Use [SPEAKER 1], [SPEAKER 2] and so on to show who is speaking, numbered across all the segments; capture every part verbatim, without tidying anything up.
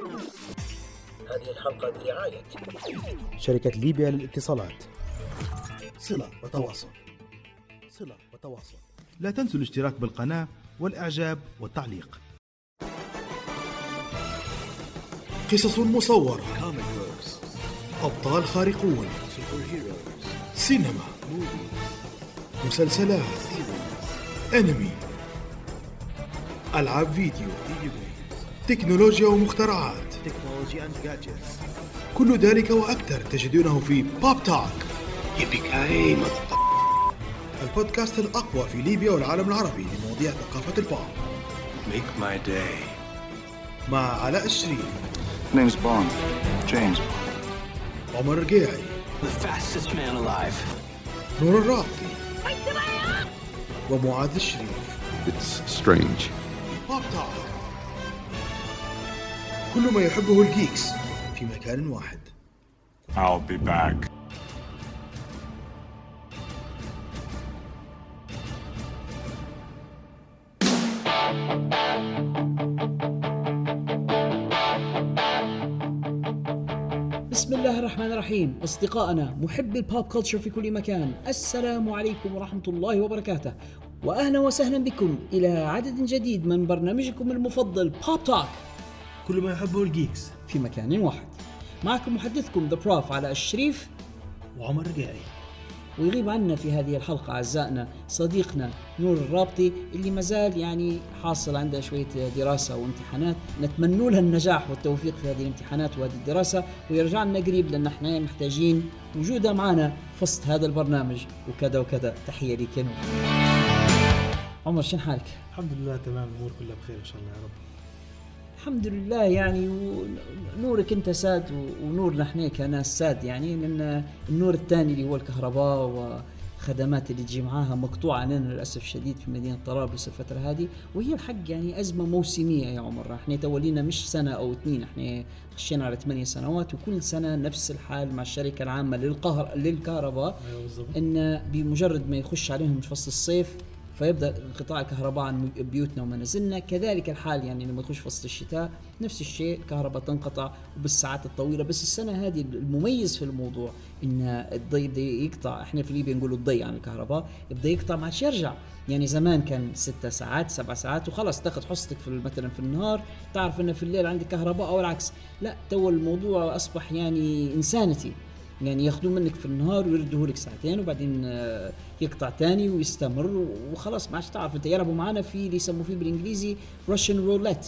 [SPEAKER 1] هذه الحلقة برعاية
[SPEAKER 2] شركة ليبيا للاتصالات. صلة وتواصل. صلة وتواصل.
[SPEAKER 3] لا تنسوا الاشتراك بالقناة والإعجاب والتعليق.
[SPEAKER 2] قصص مصورة، أبطال خارقون، سينما، مسلسلات، أنمي، ألعاب فيديو، تكنولوجيا ومخترعات، كل ذلك وأكثر تجدونه في بوب توك، البودكاست الأقوى في ليبيا والعالم العربي لمواضيع ثقافة البوب.
[SPEAKER 4] Make my day.
[SPEAKER 2] مع علاء الشريف.
[SPEAKER 4] Name's Bond. James Bond.
[SPEAKER 2] عمر الرقيعي.
[SPEAKER 5] The fastest man alive.
[SPEAKER 2] نور الرابطي. ومعاذ الشريف.
[SPEAKER 4] It's strange.
[SPEAKER 2] بوب توك. كل ما يحبه الجيكس في مكان واحد.
[SPEAKER 4] I'll be back.
[SPEAKER 6] بسم الله الرحمن الرحيم. أصدقائنا محبي البوب كولتشر في كل مكان، السلام عليكم ورحمة الله وبركاته، وأهلا وسهلا بكم إلى عدد جديد من برنامجكم المفضل بوب توك،
[SPEAKER 3] كل ما يحبه الجيكس
[SPEAKER 6] في مكان واحد. معكم محدثكم ذا بروف علاء الشريف
[SPEAKER 3] وعمر الرقيعي.
[SPEAKER 6] ويغيب عنا في هذه الحلقة أعزائنا صديقنا نور الرابطي اللي مازال يعني حاصل عنده شوية دراسة وامتحانات، نتمنى له النجاح والتوفيق في هذه الامتحانات وهذه الدراسة ويرجع لنا قريب، لأن احنا محتاجين وجوده معنا في وسط هذا البرنامج وكذا وكذا. تحية لك يا نور. عمر شن حالك؟
[SPEAKER 3] الحمد لله تمام، الأمور كلها بخير إن شاء الله يا رب.
[SPEAKER 6] الحمد لله يعني، ونورك انت ساد ونورنا احنا كناس ساد يعني، لان النور الثاني اللي هو الكهرباء وخدمات اللي تجي معاها مقطوعه لنا للاسف الشديد في مدينه طرابلس الفتره هذه، وهي الحق يعني ازمه موسميه يا عمر. احنا تولينا مش سنه او اثنين، احنا خشينا على ثمانية سنوات وكل سنه نفس الحال مع الشركه العامه للقهر للكهرباء. ان بمجرد ما يخش عليهم فصل الصيف فيبدأ انقطاع الكهرباء عن بيوتنا ومنازلنا، كذلك الحال يعني لما يخش فصل الشتاء نفس الشيء، الكهرباء تنقطع وبالساعات الطويلة. بس السنة هذه المميز في الموضوع إن الضي يبدأ يقطع، إحنا في ليبيا نقول الضي عن الكهرباء يبدأ يقطع ما عادش يرجع. يعني زمان كان ستة ساعات سبع ساعات وخلاص تاخذ حصتك في مثلا في النهار، تعرف إن في الليل عندك كهرباء أو العكس. لا، تو الموضوع أصبح يعني إنسانتي، يعني ياخذوا منك في النهار ويردوه لك ساعتين وبعدين يقطع تاني ويستمر وخلاص ما عادش تعرف. انت يلعبوا معنا في اللي يسموه فيه بالانجليزي راشن رولات،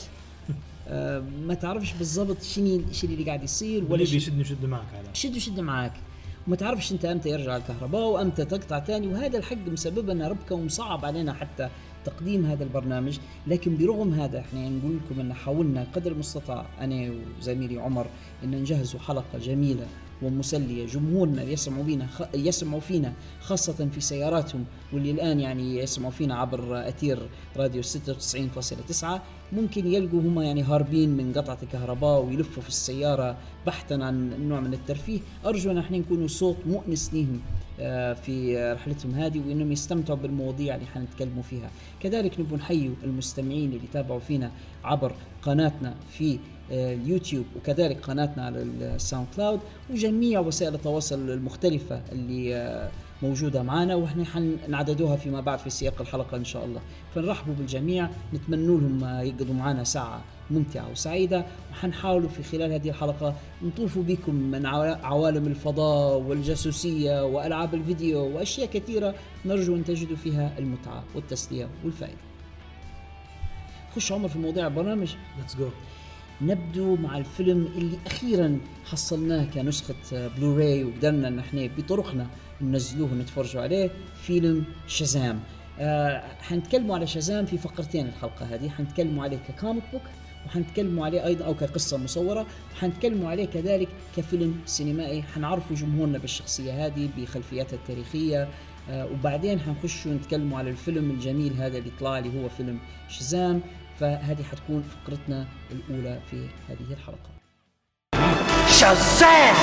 [SPEAKER 6] ما تعرفش بالضبط شنو شنو اللي قاعد يصير، ولا
[SPEAKER 3] يشد يشد معك على
[SPEAKER 6] شد يشد معك، وما تعرفش انت امتى يرجع الكهرباء وامتى تقطع تاني. وهذا الحق مسبب لنا ربكه ومصعب علينا حتى تقديم هذا البرنامج. لكن برغم هذا احنا نقول لكم ان حاولنا قدر المستطاع انا وزميلي عمر ان نجهز حلقه جميله ومسلية جمهورنا اللي يسمعوا فينا خ... يسمعوا فينا خاصة في سياراتهم، واللي الآن يعني يسمعوا فينا عبر أثير راديو ستة وتسعين فاصلة تسعة، ممكن يلقوا هم يعني هاربين من قطعة الكهرباء ويلفوا في السيارة بحثا عن نوع من الترفيه. أرجو أن احنا نكونوا صوت مؤنس لهم في رحلتهم هذه، وإنهم يستمتعوا بالمواضيع اللي حنتكلموا فيها. كذلك نبغى نحيي المستمعين اللي تابعوا فينا عبر قناتنا في اليوتيوب وكذلك قناتنا على الساوند كلاود وجميع وسائل التواصل المختلفة اللي موجودة معنا، وإحنا حنعددوها فيما بعد في سياق الحلقة إن شاء الله. فنرحبوا بالجميع، نتمنى لهم يقضوا معنا ساعة ممتعة وسعيدة، وحنحاولوا في خلال هذه الحلقة نطوفوا بكم من عوالم الفضاء والجاسوسية وألعاب الفيديو وأشياء كثيرة نرجو أن تجدوا فيها المتعة والتسلية والفائدة. خش عمر في موضوع البرنامج.
[SPEAKER 3] Let's go.
[SPEAKER 6] نبدو مع الفيلم اللي أخيراً حصلناه كنسخة بلوراي وقدرنا أن احنا بطرقنا ننزلوه ونتفرجوا عليه، فيلم شازام. آه حنتكلموا على شازام في فقرتين الحلقة هذه، حنتكلموا عليه ككوميك بوك وحنتكلموا عليه أيضاً أو كقصة مصورة، وحنتكلموا عليه كذلك كفيلم سينمائي. حنعرفوا جمهورنا بالشخصية هذه بخلفياتها التاريخية، آه وبعدين حنخشوا نتكلموا على الفيلم الجميل هذا اللي طلع لي هو فيلم شازام. فهذه حتكون فقرتنا الأولى في هذه الحلقة.
[SPEAKER 7] شازام!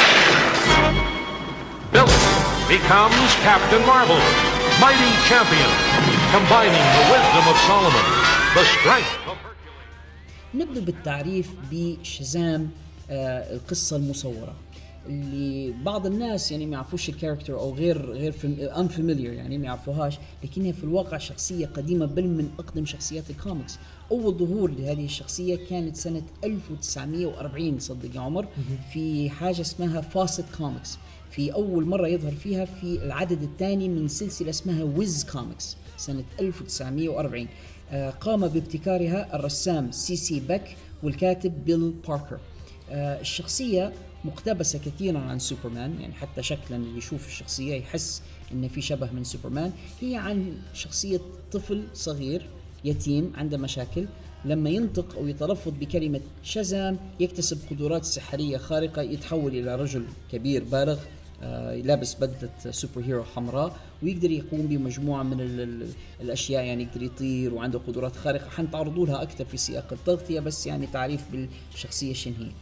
[SPEAKER 8] Billy becomes Captain Marvel, mighty champion, combining the wisdom of Solomon, the strength of Hercules.
[SPEAKER 6] نبدأ بالتعريف بشازام. آه القصة المصورة اللي بعض الناس يعني ما يعرفوش الكاركتر او غير غير unfamiliar يعني ما يعرفوهاش، لكنها في الواقع شخصية قديمة بل من اقدم شخصيات الكوميكس. اول ظهور لهذه الشخصية كانت سنة ألف وتسعمية وأربعين صدق يا عمر، في حاجة اسمها فاسيت كوميكس، في اول مرة يظهر فيها في العدد الثاني من سلسلة اسمها ويز كوميكس سنة ألف وتسعمية وأربعين. آه قام بابتكارها الرسام سي سي باك والكاتب بيل باركر. آه الشخصية مقتبسة كثيرا عن سوبرمان، يعني حتى شكلا اللي يشوف الشخصية يحس إن في شبه من سوبرمان. هي عن شخصية طفل صغير يتيم عنده مشاكل، لما ينطق أو يتلفظ بكلمة شازام يكتسب قدرات سحرية خارقة، يتحول إلى رجل كبير بالغ آه لابس بدلة سوبر هيرو حمراء، ويقدر يقوم بمجموعة من ال ال الأشياء، يعني يقدر يطير وعنده قدرات خارقة. حنتعرضوا لها أكثر في سياق التغطية، بس يعني تعريف بالشخصية شنهي.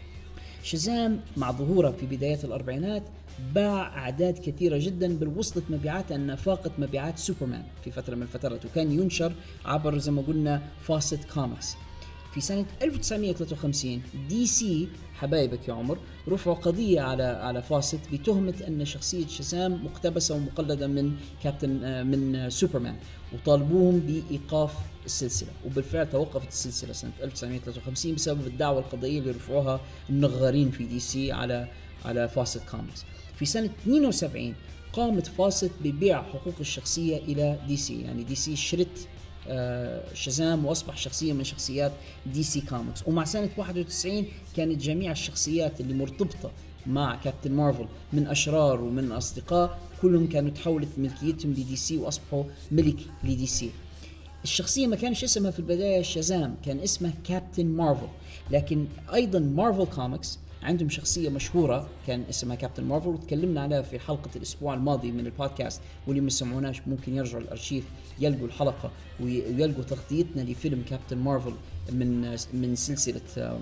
[SPEAKER 6] شازام مع ظهوره في بدايات الأربعينات باع أعداد كثيرة جدا، بل وصلت مبيعات أن فاقت مبيعات سوبرمان في فترة من الفترات، وكان ينشر عبر زي ما قلنا فاسيت كوميكس. في سنة ألف وتسعمية وثلاثة وخمسين دي سي حبايبك يا عمر رفعوا قضية على على فاسيت بتهمة أن شخصية شازام مقتبسة ومقلدة من كابتن من سوبرمان، وطالبوهم بإيقاف السلسلة، وبالفعل توقفت السلسلة سنة ألف وتسعمية وثلاثة وخمسين بسبب الدعوة القضائية اللي رفعوها النغارين في دي سي على على فاسيت كوميكس. في سنة اثنين وسبعين قامت فاسيت ببيع حقوق الشخصية إلى دي سي، يعني دي سي شرت آه شازام وأصبح شخصية من شخصيات دي سي كوميكس. ومع سنة واحد وتسعين كانت جميع الشخصيات اللي مرتبطة مع كابتن مارفل من أشرار ومن أصدقاء كلهم كانوا تحولت ملكيتهم لدي سي وأصبحوا ملك لدي سي. الشخصية ما كانش اسمها في البداية شازام، كان اسمه كابتن مارفل، لكن أيضا مارفل كوميكس عندهم شخصية مشهورة كان اسمها كابتن مارفل، وتكلمنا عليها في حلقة الأسبوع الماضي من البودكاست، واللي ما سمعوناش ممكن يرجعوا الأرشيف يلقوا الحلقة ويلقوا تغطيتنا لفيلم كابتن مارفل من من سلسلة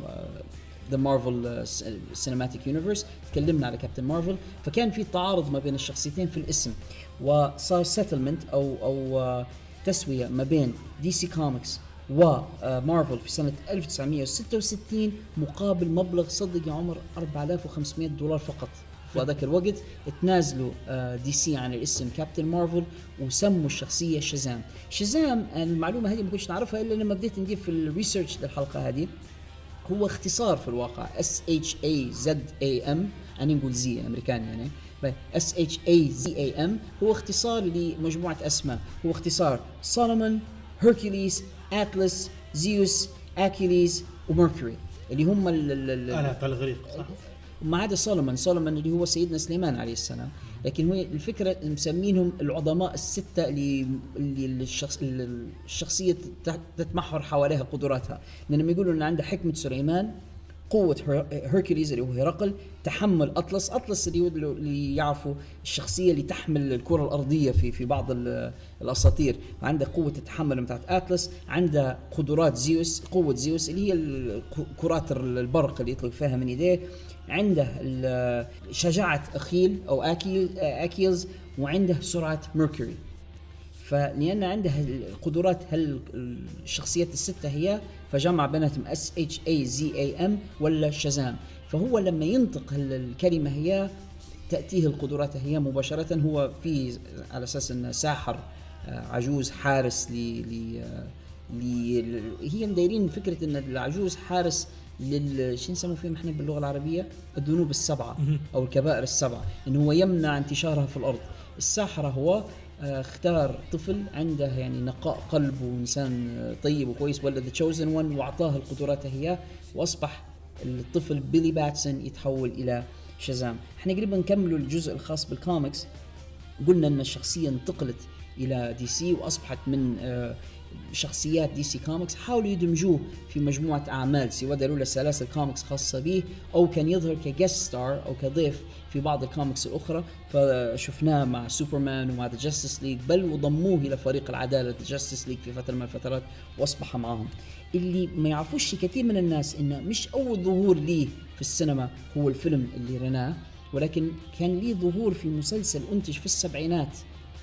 [SPEAKER 6] The Marvel Cinematic Universe. تكلمنا على كابتن مارفل، فكان في تعارض ما بين الشخصيتين في الاسم، وصار سيتلمنت أو أو تسوية ما بين دي سي كوميكس ومارفل في سنة ألف وتسعمية وستة وستين مقابل مبلغ صدق يا عمر أربعة آلاف وخمسمية دولار فقط. في هذاك الوقت تنازلوا دي سي عن الاسم كابتن مارفل وسموا الشخصية شازام. شازام المعلومة هذه ما كنتش نعرفها إلا لما بديت ندير في الريسيرش للحلقة هذه، هو اختصار في الواقع S H A Z A M، أنا نقول زي أمريكاني يعني S H A Z A M، هو اختصار لمجموعة أسماء، هو اختصار سولومون، هيركوليس، أتلس، زيوس، أكيليز وميركوري، اللي هم
[SPEAKER 7] أنا الغريق صح؟
[SPEAKER 6] ما عدا سولومون، سولومون اللي هو سيدنا سليمان عليه السلام، لكن هو الفكرة مسمينهم العظماء الستة اللي اللي الشخص الشخصية تتمحور حواليها قدراتها، لأنهم يقولوا إن عنده حكمة سليمان، قوة هيركوليز اللي هو هرقل، تحمل أطلس، أطلس اللي اللي يعرفوا الشخصية اللي تحمل الكرة الأرضية في في بعض الأساطير، عنده قوة التحمل بتاعت أطلس، عنده قدرات زيوس، قوة زيوس اللي هي كرات البرق اللي يطلق فيها من يديه، عنده شجاعة أخيل أو أكيل أكيلز، وعنده سرعة ميركوري. فلأن عندها القدرات هالشخصيات الستة هي فجمع بيناتهم S H A Z A M ولا شازام. فهو لما ينطق الكلمة هي تأتيه القدرات هي مباشرة. هو في على أساس أنه ساحر عجوز حارس ل ل هي مدايرين فكرة أن العجوز حارس لل شو نسموه فيه احنا باللغة العربية الذنوب السبعة أو الكبائر السبعة، إنه هو يمنع انتشارها في الأرض. الساحرة هو اختار طفل عنده يعني نقاء قلب وإنسان طيب وكويس ولا The Chosen One، وأعطاه القدرات هي، وأصبح الطفل بيلي باتسون يتحول إلى شازام. احنا قريبا نكملوا الجزء الخاص بالكوميكس، قلنا أن الشخصية انتقلت إلى دي سي وأصبحت من شخصيات دي سي كوميكس، حاولوا يدمجوه في مجموعة أعمال سواء داروا له سلاسل كوميكس خاصة به أو كان يظهر كجست ستار أو كضيف في بعض الكوميكس الأخرى. فشفناه مع سوبرمان ومع The Justice League، بل وضموه إلى فريق العدالة The Justice League في فترة من الفترات وأصبح معهم. اللي ما يعرفوش كثير من الناس إنه مش أول ظهور ليه في السينما هو الفيلم اللي رناه، ولكن كان ليه ظهور في مسلسل أنتج في السبعينات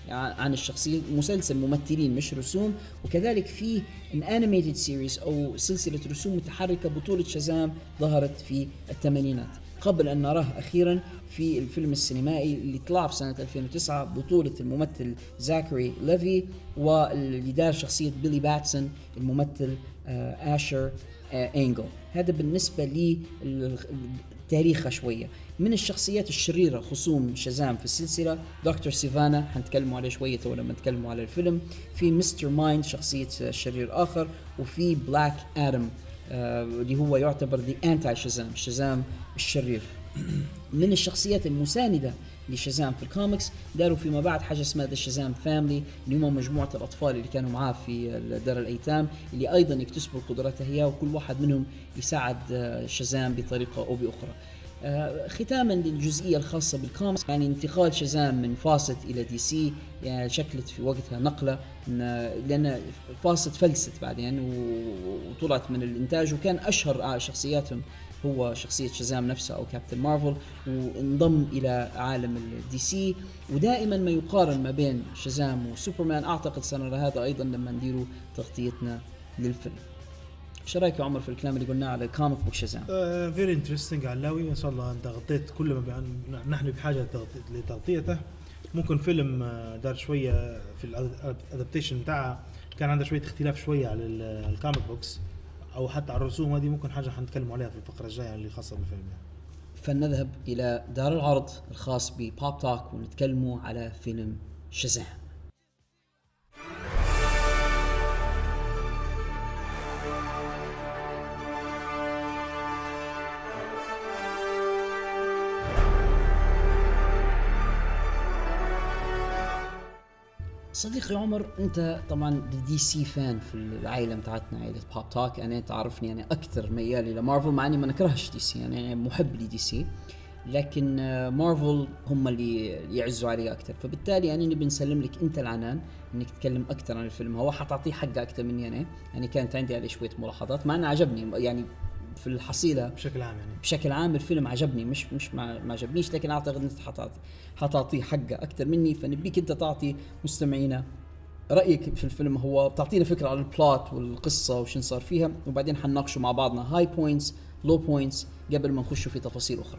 [SPEAKER 6] عن الشخصية، مسلسل ممثلين مش رسوم. وكذلك فيه ان انيميتد سيريز او سلسلة رسوم متحركة بطولة شازام ظهرت في الثمانينات قبل ان نراه اخيرا في الفيلم السينمائي اللي طلع في سنة ألفين وتسعة بطولة الممثل زاكري ليفي، واللي دار شخصية بيلي باتسون الممثل آه آشر آه أنجل. هذا بالنسبة لي تاريخه شوية. من الشخصيات الشريرة خصوم شازام في السلسلة دكتور سيفانا، حنتكلموا عليه شوية ولما نتكلموا على الفيلم. في مستر مايند شخصية شرير آخر، وفي بلاك آدم آه اللي هو يعتبر دي أنتي شازام، شازام الشرير. من الشخصيات المساندة لشازام في الكوميكس داروا فيما بعد حاجة اسمها ذا شازام فاميلي، اللي هم مجموعة الأطفال اللي كانوا معاه في دار الأيتام، اللي أيضا يكتسبوا القدرات هي، وكل واحد منهم يساعد شازام بطريقة أو بأخرى. آه ختاما للجزئية الخاصة بالكوميكس، يعني انتقال شازام من فاست إلى دي سي يعني شكلت في وقتها نقلة، لأن فاست فلست بعدين وطلعت من الإنتاج، وكان أشهر شخصياتهم هو شخصية شازام نفسه أو كابتن مارفل، وانضم إلى عالم الدي سي. ودائما ما يقارن ما بين شازام وسوبرمان، أعتقد سنرى هذا أيضا لما نديروا تغطيتنا للفيلم. شو رايك يا عمر في الكلام اللي قلناه على كوميك بوك شازام؟
[SPEAKER 7] فيري انترستينج علاوي، إن شاء الله أنت غطيت كل ما نحن بحاجة لتغطيته. ممكن فيلم دار شوية في الادابتيشن بتاعه كان عنده شوية اختلاف شوية على الكوميك بوكس أو حتى على الرسوم، هذه ممكن حاجة حنتكلم عليها في الفقرة الجاية اللي خاصة بالفيلم يعني.
[SPEAKER 6] فلنذهب إلى دار العرض الخاص ببوب توك ونتكلموا على فيلم شازام. صديقي عمر، انت طبعا دي سي فان في العائله بتاعتنا، عائله بوب توك. انا تعرفني انا اكثر ميال الى مارفل، مع اني ما نكرهش دي سي، يعني محب لدي سي، لكن مارفل هم اللي يعزوا عليه اكثر. فبالتالي يعني نبي نسلم لك انت العنان انك تتكلم اكثر عن الفيلم. هو حتعطيه حقه اكثر مني انا، يعني كانت عندي عليه شويه ملاحظات، مع انه عجبني يعني في الحصيله
[SPEAKER 7] بشكل عام. يعني
[SPEAKER 6] بشكل عام الفيلم عجبني، مش مش ما عجبنيش، لكن اعتقد انت حتعطي حتعطيه حقه اكثر مني. فنبيك انت تعطي مستمعينا رايك في الفيلم، هو بتعطينا فكره عن البلوت والقصه وشين صار فيها، وبعدين حنناقشوا مع بعضنا هاي بوينتس لو بوينتس قبل ما نخش في تفاصيل اخرى.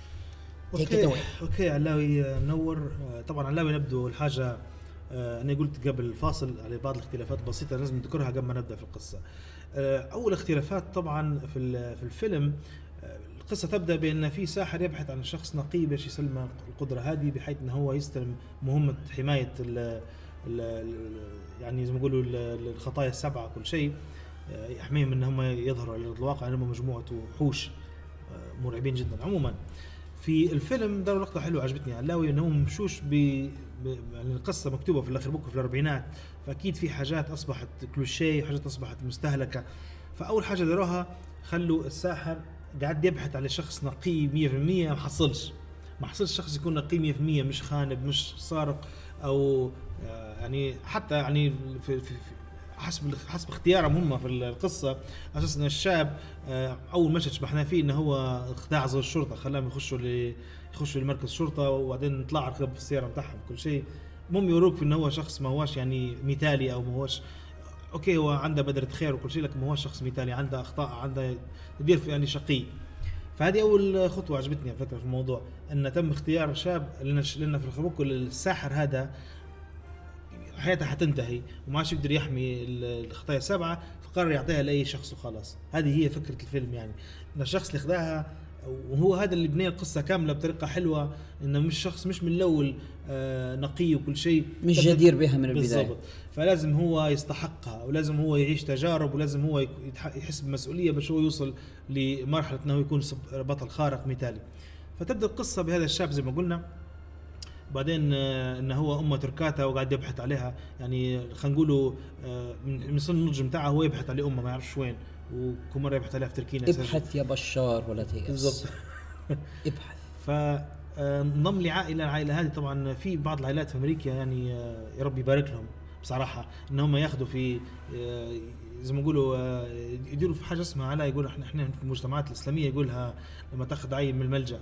[SPEAKER 7] اوكي اوكي علاوي نور. طبعا علاوي نبدو الحاجه انا قلت قبل الفاصل على بعض الاختلافات بسيطه لازم نذكرها قبل ما نبدا في القصه. اول اختلافات طبعا في في الفيلم، القصه تبدا بان في ساحر يبحث عن شخص نقي باش يسلم القدره هذه، بحيث انه هو يستلم مهمه حمايه ال ال يعني زي ما يقولوا الخطايا السبعه، كل شيء يحميهم ان هم يظهروا على الواقع انهم مجموعه وحوش مرعبين جدا. عموما في الفيلم داروا لقطه حلوه عجبتني علاوي، انهم مشوش ب يعني القصه مكتوبه في الاخر بوك في الاربعينات، فاكيد في حاجات اصبحت كلوشيه وحاجات اصبحت مستهلكه. فاول حاجه داروها خلوا الساحر قاعد يبحث على شخص نقي مية بالمية، ما حصلش ما حصلش شخص يكون نقي مية بالمية، مش خانب مش سارق او يعني حتى يعني في, في, في حسب حسب اختيارهم هم في القصه، اساس ان الشاب اول مشهد شبحنا فيه انه هو خداع زي الشرطه، خلاهم يخشوا ل يخشوا لمركز الشرطه، وبعدين طلع ركب في السياره بتاعهم كل شيء. المهم يوروك في انه هو شخص ما هوش يعني مثالي، او ما هوش اوكي هو عنده بذرة خير وكل شيء، لكن ما هو شخص مثالي، عنده اخطاء، عنده يدير في يعني شقي. فهذه اول خطوه عجبتني على فكره في الموضوع، ان تم اختيار شاب لان لان في الخبوك الساحر هذا حياته حتنتهي وما عادش يقدر يحمي الخطايا السبعه، فقرر يعطيها لاي شخص وخلاص. هذه هي فكره الفيلم، يعني ان الشخص اللي خداها، وهو هذا اللي بنى القصه كامله بطريقه حلوه، انه مش شخص مش من الاول آه نقي وكل شيء،
[SPEAKER 6] مش جدير بها من البدايه
[SPEAKER 7] بالضبط. فلازم هو يستحقها، ولازم هو يعيش تجارب، ولازم هو يحس بمسؤوليه باش هو يوصل لمرحله انه يكون بطل خارق مثالي. فتبدا القصه بهذا الشاب زي ما قلنا، بعدين انه هو امه تركاتها وقاعد يبحث عليها، يعني خلينا نقولوا من سن النضج بتاعه هو يبحث على امه ما يعرفش وين، وكل مره يبحث عليها في تركينا.
[SPEAKER 6] ابحث يا بشار ولا تيأس
[SPEAKER 7] بالضبط.
[SPEAKER 6] ابحث.
[SPEAKER 7] فانضم لعائله العائله هذه طبعا في بعض العائلات في امريكا يعني يا رب يبارك لهم بصراحه، ان هم ياخذوا في زي ما يقولوا يديروا في حاجه اسمها علاء يقول احنا احنا في المجتمعات الاسلاميه يقولها لما تاخذ عيل من الملجأ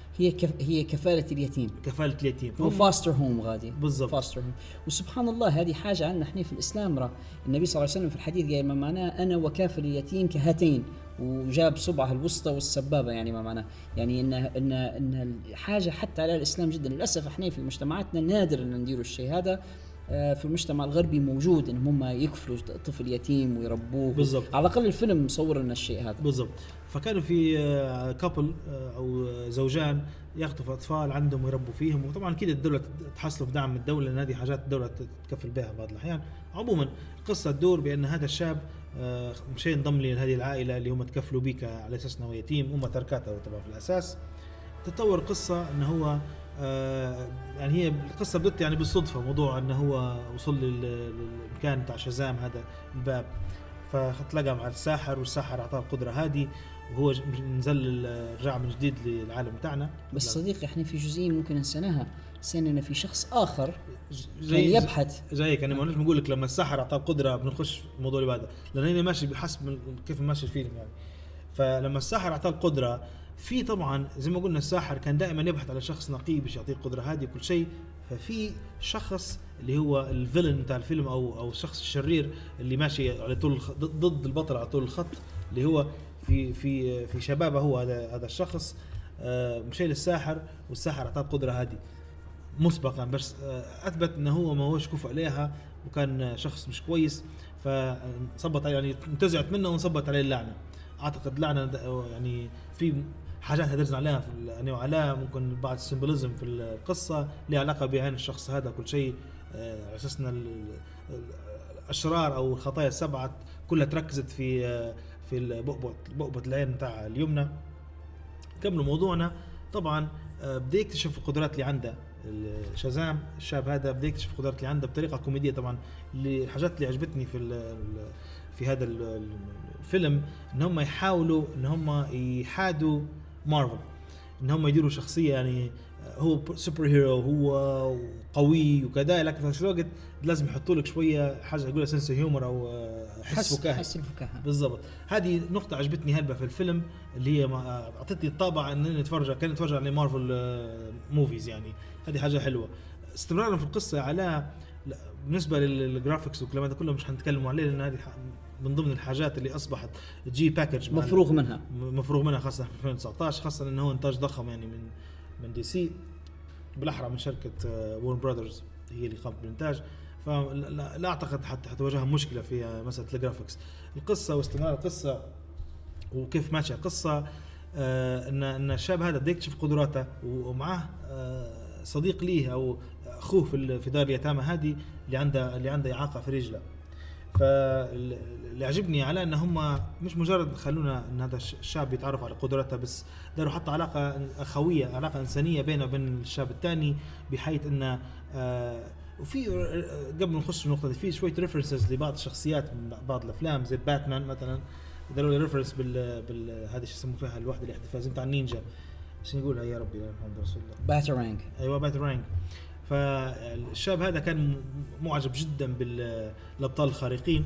[SPEAKER 6] هي كف هي كفالة اليتيم،
[SPEAKER 7] كفالة اليتيم
[SPEAKER 6] هو فاستر هوم غادي
[SPEAKER 7] بالضبط.
[SPEAKER 6] فاستر هوم. وسبحان الله هذه حاجة عندنا احنا في الإسلام، را النبي صلى الله عليه وسلم في الحديث قال ما معناه أنا وكافل اليتيم كهاتين، وجاب صبعه الوسطى والسبابة، يعني ما معناه يعني إن إن إن الحاجة حتى على الإسلام جدا. للأسف احنا في مجتمعاتنا نادر أن نديروا الشيء هذا. في المجتمع الغربي موجود ان هم يكفلوا طفل يتيم ويربوه
[SPEAKER 7] بالضبط.
[SPEAKER 6] على الاقل الفيلم مصور لنا الشيء هذا
[SPEAKER 7] بالضبط. فكانوا في كابل او زوجان يخطفوا اطفال عندهم ويربوا فيهم، وطبعا كده الدوله تحصل في دعم الدوله لان هذه حاجات الدوله تكفل بها بعض الاحيان. عموما القصه تدور بان هذا الشاب مشي انضم لهذه العائله اللي هم تكفلوا بيك على اساس انه يتيم، هم تركاته طبعا في الاساس. تطور القصه انه هو آه يعني هي القصه بدت يعني بالصدفه، موضوع انه هو وصل للمكان تاع شازام هذا الباب، فتلقى مع الساحر والساحر اعطاه القدره هذه، وهو نزل رجع من جديد للعالم تاعنا.
[SPEAKER 6] بس صديقي احنا في جزئيه ممكن ننساها، سننا في شخص اخر كان يبحث
[SPEAKER 7] زيك. انا ما نقول بقول لك لما الساحر اعطاه القدره بنخش في الموضوع اللي بعده، لان هنا ماشي بحسب كيف ماشي الفيلم يعني. فلما الساحر اعطاه القدره، في طبعا زي ما قلنا الساحر كان دائما يبحث على شخص نقي باش يعطيه القدره هذه وكل شيء. ففي شخص اللي هو الفيلن بتاع الفيلم او او الشخص الشرير اللي ماشي على طول ضد البطل على طول الخط، اللي هو في في في شبابه هو هذا هذا الشخص مشي للساحر، والساحر اعطاه القدره هذه مسبقا، بس اثبت انه هو ما هوش كفء عليها وكان شخص مش كويس، فصبت عليه يعني انتزعت منه ونصبت عليه اللعنه. اعتقد لعنه يعني في حاجات هدرسنا عليها في الاني وعلى ممكن بعض السيمبوليزم في القصه لها علاقه بعين الشخص هذا كل شيء، على اساس ان الاشرار او الخطايا السبعه كلها تركزت في في البؤبؤ بؤبؤ العين تاع اليمنى. كملوا موضوعنا. طبعا بدا يكتشف القدرات اللي عنده شازام، الشاب هذا بدا يكتشف القدرات اللي عنده بطريقه كوميديه. طبعا اللي الحاجات اللي عجبتني في في هذا الفيلم ان هم يحاولوا ان هم يحادوا مارفل، ان هم يديروا شخصيه يعني هو سوبر هيرو، هو قوي وكذا، لكن في نفس الوقت لازم يحطوا لك شويه حاجه يقولها سنس هيومر او حس فكاهه.
[SPEAKER 6] حس الفكاهه
[SPEAKER 7] بالضبط. هذه نقطه عجبتني هلبة في الفيلم، اللي هي اعطتني الطابع ان نتفرج كان نتفرج على مارفل موفيز يعني. هذه حاجه حلوه. استمرارا في القصه على بالنسبه للجرافيكس والكلام هذا كله مش حنتكلم عليه، لان هذه من ضمن الحاجات اللي اصبحت جي باكج
[SPEAKER 6] مفروغ منها
[SPEAKER 7] مفروغ منها خاصه في ألفين وتسعطعش، خاصه انه هو انتاج ضخم يعني من من دي سي، بالاحرى من شركه وورن براذرز هي اللي قامت بالانتاج. فلا لا اعتقد حتى حتواجهها مشكله في مساله الجرافيكس. القصه واستمرار القصه وكيف ماشيه القصه، آه ان ان الشاب هذا بده يكتشف قدراته، ومعه آه صديق ليه او اخوه في في دار اليتامى هذه اللي عنده اللي عنده اعاقه في رجله. فاللي عجبني على ان هم مش مجرد خلونا ان هذا الشاب يتعرف على قدراته، بس داروا حتى علاقه اخويه، علاقه انسانيه بينه وبين الشاب الثاني، بحيث ان آه وفي قبل نخش في النقطه دي في شويه ريفرنسز لبعض الشخصيات من بعض الافلام زي باتمان مثلا، داروا لي ريفرنس بال بال هذا شو يسموه فيها الوحده اللي احتفاز بتاع النينجا، ايش نقولها يا ربي يا محمد رسول الله،
[SPEAKER 6] باترانج.
[SPEAKER 7] ايوه باترانج. فالشاب هذا كان معجب جدا بالابطال الخارقين.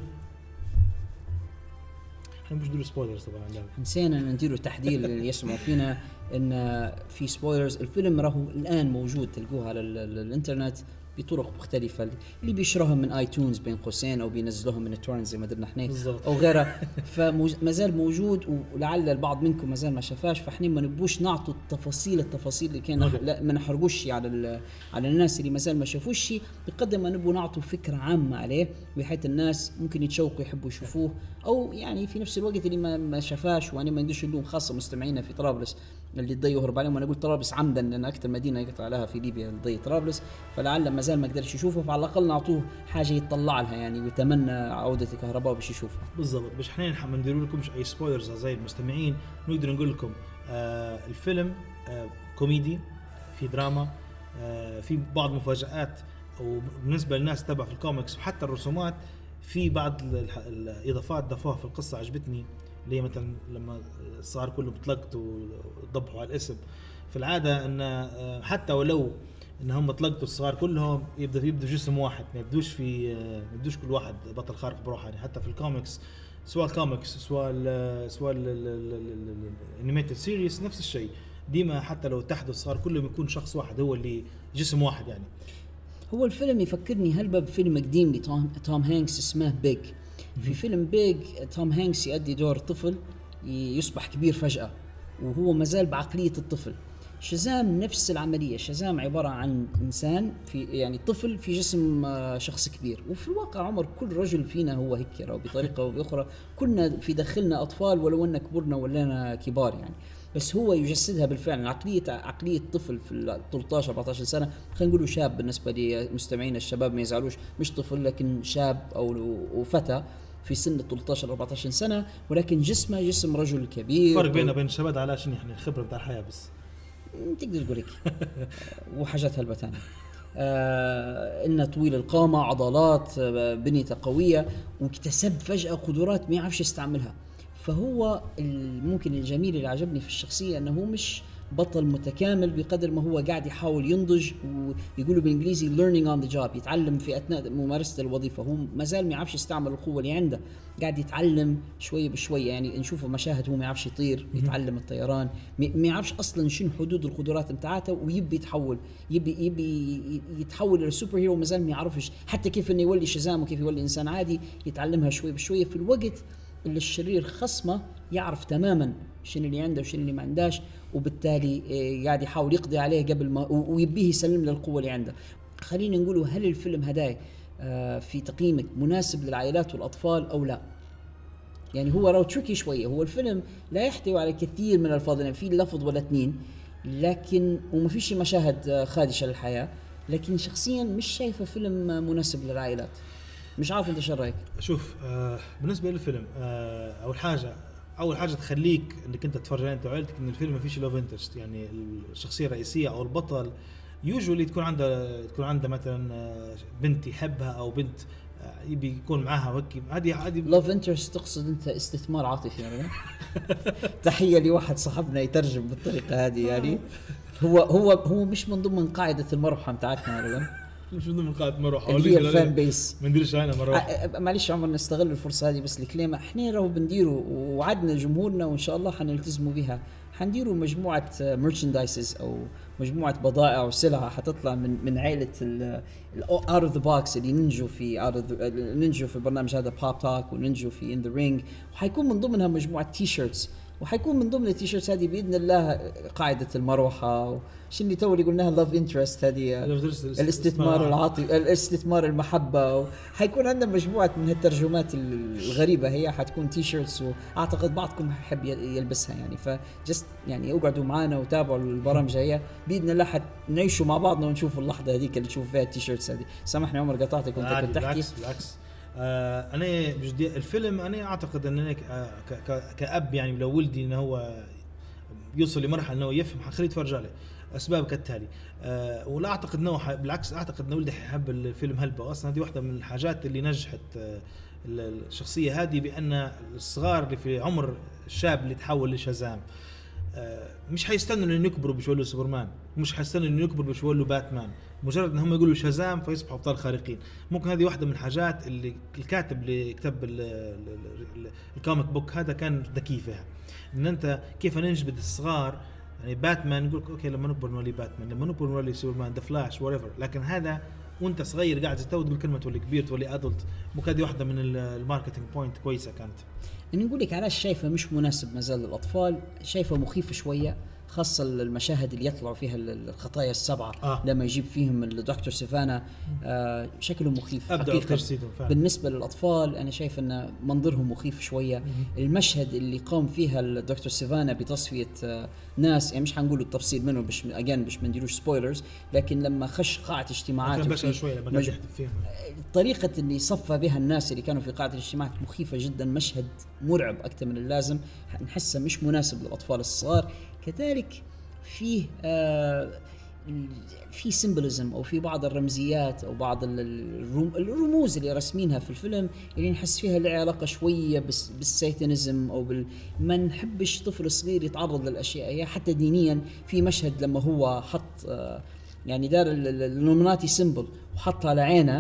[SPEAKER 7] احنا مش ندير سبويلرز طبعا،
[SPEAKER 6] نسينا نديروا تحذير اللي يسمعوا فينا ان في سبويلرز. الفيلم راهو الان موجود تلقوه على الانترنت بطرق مختلفة، اللي بيشرهم من ايتونز بين قوسين او بينزلوهم من التورنت زي ما درنا احنا او غيره، فما زال موجود، ولعل البعض منكم ما زال ما شافاش. فاحنا ما نبوش نعطوا التفاصيل التفاصيل اللي كان لا ما نحرقوش على على الناس اللي ما زال ما شافوش، بقدر ما نبوا نعطوا فكرة عامة عليه، بحيث الناس ممكن يتشوقوا يحبوا يشوفوه، او يعني في نفس الوقت اللي ما ما شافاش. وانا ما ندوش اللوم خاصة مستمعينا في طرابلس اللي ضيوا هرب عليهم، وانا قلت طرابلس عمدا لان اكثر مدينه يقطع لها في ليبيا ضي طرابلس، فلعل ما زال ما قدرش يشوفه، فعلى الاقل نعطوه حاجه يطلع لها يعني، ويتمنى عوده الكهرباء باش يشوفها.
[SPEAKER 7] بالضبط. باش احنا ما نديروا لكمش اي سبويلرز اعزائي المستمعين، نقدر نقول لكم آه الفيلم آه كوميدي، في دراما، آه في بعض مفاجآت، وبالنسبه للناس تبع في الكوميكس وحتى الرسومات في بعض الاضافات ضافوها في القصه عجبتني، اللي هي مثلا لما صار كله بتلقط وضبحوا على الاسم. في العاده ان حتى ولو ان هم طلقتوا الصغار كلهم يبدا يبدا جسم واحد، ما يبدوش في ما يبدوش كل واحد بطل خارق بروحه يعني. حتى في الكوميكس سواء الكوميكس سواء ال سواء الانيميتد سيريز نفس الشيء، ديما حتى لو تحدث صار كلهم يكون شخص واحد هو اللي جسم واحد يعني.
[SPEAKER 6] هو الفيلم يفكرني هلبا بفيلم قديم لتوم توم هانكس اسمه بيج. في فيلم بيج توم هانكس يؤدي دور طفل يصبح كبير فجأة وهو مازال بعقلية الطفل. شازام نفس العملية، شازام عبارة عن إنسان في يعني طفل في جسم شخص كبير، وفي الواقع عمر كل رجل فينا هو هيك أو بطريقة أو بأخرى كلنا في داخلنا أطفال ولو أن كبرنا ولنا كبار يعني، بس هو يجسدها بالفعل. عقلية عقلية طفل في ثلاثة عشر أربعة عشر سنة، خلينا نقوله شاب بالنسبة لمستمعين الشباب ما يزعلوش، مش طفل لكن شاب أو فتى في سن ثلاثة عشر أربعة عشر سنة، ولكن جسمه جسم رجل كبير.
[SPEAKER 7] فرق بينه وبين الشباب على شنو يعني الخبرة بتاع الحياة بس
[SPEAKER 6] تقدر تقول لك وحاجات هالبتانية. آه إنه طويل القامة، عضلات، آه بنيته قوية، واكتسب فجأة قدرات ما يعرفش يستعملها. فهو ممكن الجميل اللي عجبني في الشخصية أنه مش بطل متكامل بقدر ما هو قاعد يحاول ينضج، ويقولوا بالإنجليزي learning on the job، يتعلم في أثناء ممارسة الوظيفة. هو مازال ما يعرفش يستعمل القوة اللي عنده، قاعد يتعلم شوية بشوية. يعني نشوفه مشاهد هو ما يعرفش يطير، يتعلم الطيران، ما يعرفش أصلا شنو حدود القدرات متاعته، ويبي يتحول يبي يبي يتحول إلى سوبر هيرو، مازال ما يعرفش حتى كيف إنه يولي شازام وكيف يولي إنسان عادي. يتعلمها شوية بشوية في الوقت اللي الشرير خصمه يعرف تماما شنو اللي عنده وشنو اللي ما عندهش، وبالتالي قاعد يحاول يقضي عليه قبل ما ويبيه يسلم له القوة اللي عنده. خلينا نقولوا هل الفيلم هداي في تقييمك مناسب للعائلات والأطفال أو لا؟ يعني هو راو تريكي شوية، هو الفيلم لا يحتوي على كثير من الألفاظ، يعني في لفظ ولا اثنين، لكن وما فيش مشاهد خادشة للحياة، لكن شخصيا مش شايفه فيلم مناسب للعائلات. مش عارف انت شو رايك؟
[SPEAKER 7] شوف آه بالنسبه للفيلم آه اول حاجه اول حاجه تخليك انك انت تتفرج انت وعائلتك ان الفيلم ما فيش لوف انترست، يعني الشخصيه الرئيسيه او البطل يوجولي تكون عنده تكون عنده مثلا بنت يحبها او بنت يبي يكون معها وكي. هذه هذه
[SPEAKER 6] لوف انترست تقصد انت استثمار عاطفي يعني؟ تحيه لواحد صاحبنا يترجم بالطريقه هذه يعني. هو هو هو مش من ضمن قاعده المرحله بتاعتنا ولا
[SPEAKER 7] مش من ضمن قاعده المروحه
[SPEAKER 6] اللي هي الفان بيس.
[SPEAKER 7] ما نديرش علينا مروحه.
[SPEAKER 6] معلش عمر نستغل الفرصه هذه بس الكلمه احنا راهو بنديروا وعدنا جمهورنا وان شاء الله حنلتزموا بها. حنديروا مجموعه ميرشندايزز او مجموعه بضائع وسلع حتطلع من من عائله اوت اوف ذا بوكس اللي ننجو في اوت ننجو في البرنامج هذا بوب توك وننجو في ان ذا رينج، وحيكون من ضمنها مجموعه تي شيرتس، وحيكون من ضمن التيشيرتس هذه باذن الله قاعده المروحه شو اللي تو اللي قلناها لاف انترست هذه الاستثمار العاطفي الاستثمار المحبه. حيكون عندنا مجموعه من هالترجمات الغريبه هي حتكون تيشيرتس، واعتقد بعضكم يحب يلبسها يعني. فجست يعني اقعدوا معنا وتابعوا البرامج هي باذن الله حنعيشوا مع بعضنا ونشوف اللحظه هذيك اللي تشوف فيها التيشيرتس هذه. سامحني عمر قطعتك وانت كنت تحكي.
[SPEAKER 7] بالعكس بالعكس آه انا بجدي الفيلم انا اعتقد ان انا آه كأب يعني لو ولدي انه هو يوصل لمرحله انه يفهم حخليه يتفرج عليه اسباب كالتالي. آه ولا اعتقد انه بالعكس اعتقد انه ولدي حيحب الفيلم هلبة. اصلا هذه واحده من الحاجات اللي نجحت آه الشخصيه هذه، بان الصغار اللي في عمر الشاب اللي تحول لشازام آه مش حيستنوا انه يكبروا بيشولوا سوبرمان، مش حيستنوا انه يكبروا بيشولوا باتمان، مجرد ان هم يقولوا شازام فيصبحوا ابطال خارقين. ممكن هذه واحده من الحاجات اللي الكاتب اللي كتب الكوميك بوك هذا كان ذكي فيها، ان انت كيف نجبد الصغار. يعني باتمان نقول اوكي لما نكبر نولي باتمان، لما نكبر نولي سوبرمان، ذا فلاش ووريفر، لكن هذا وانت صغير قاعد تقول كلمه تولي كبير تولي ادلت. ممكن هذه واحده من الماركتينج بوينت كويسه كانت.
[SPEAKER 6] أنا نقول لك علاش شايفه مش مناسب مازال للأطفال، شايفه مخيف شوية، خاصة المشاهد اللي يطلعوا فيها الخطايا السبعة آه. لما يجيب فيهم الدكتور سيفانا آه شكله مخيف حقيقة. بالنسبة للأطفال أنا شايف أن منظرهم مخيف شوية. مم. المشهد اللي قام فيها الدكتور سيفانا بتصفية آه ناس، يعني مش هنقول التفصيل منه بش أجان بش منديروش سبويلرز، لكن لما خش قاعة اجتماعات
[SPEAKER 7] مج...
[SPEAKER 6] الطريقة اللي صفى بها الناس اللي كانوا في قاعة الاجتماعات مخيفة جدا، مشهد مرعب أكثر من اللازم، نحسه مش مناسب للأطفال الصغار. كذلك فيه آه في سيمبوليزم او في بعض الرمزيات او بعض الرموز اللي رسمينها في الفيلم اللي نحس فيها لها علاقه شويه بالسيتانيزم او بال ما نحبش طفل صغير يتعرض للاشياء هي. حتى دينيا في مشهد لما هو حط آه يعني دار النومناتي سيمبل وحطها على عينه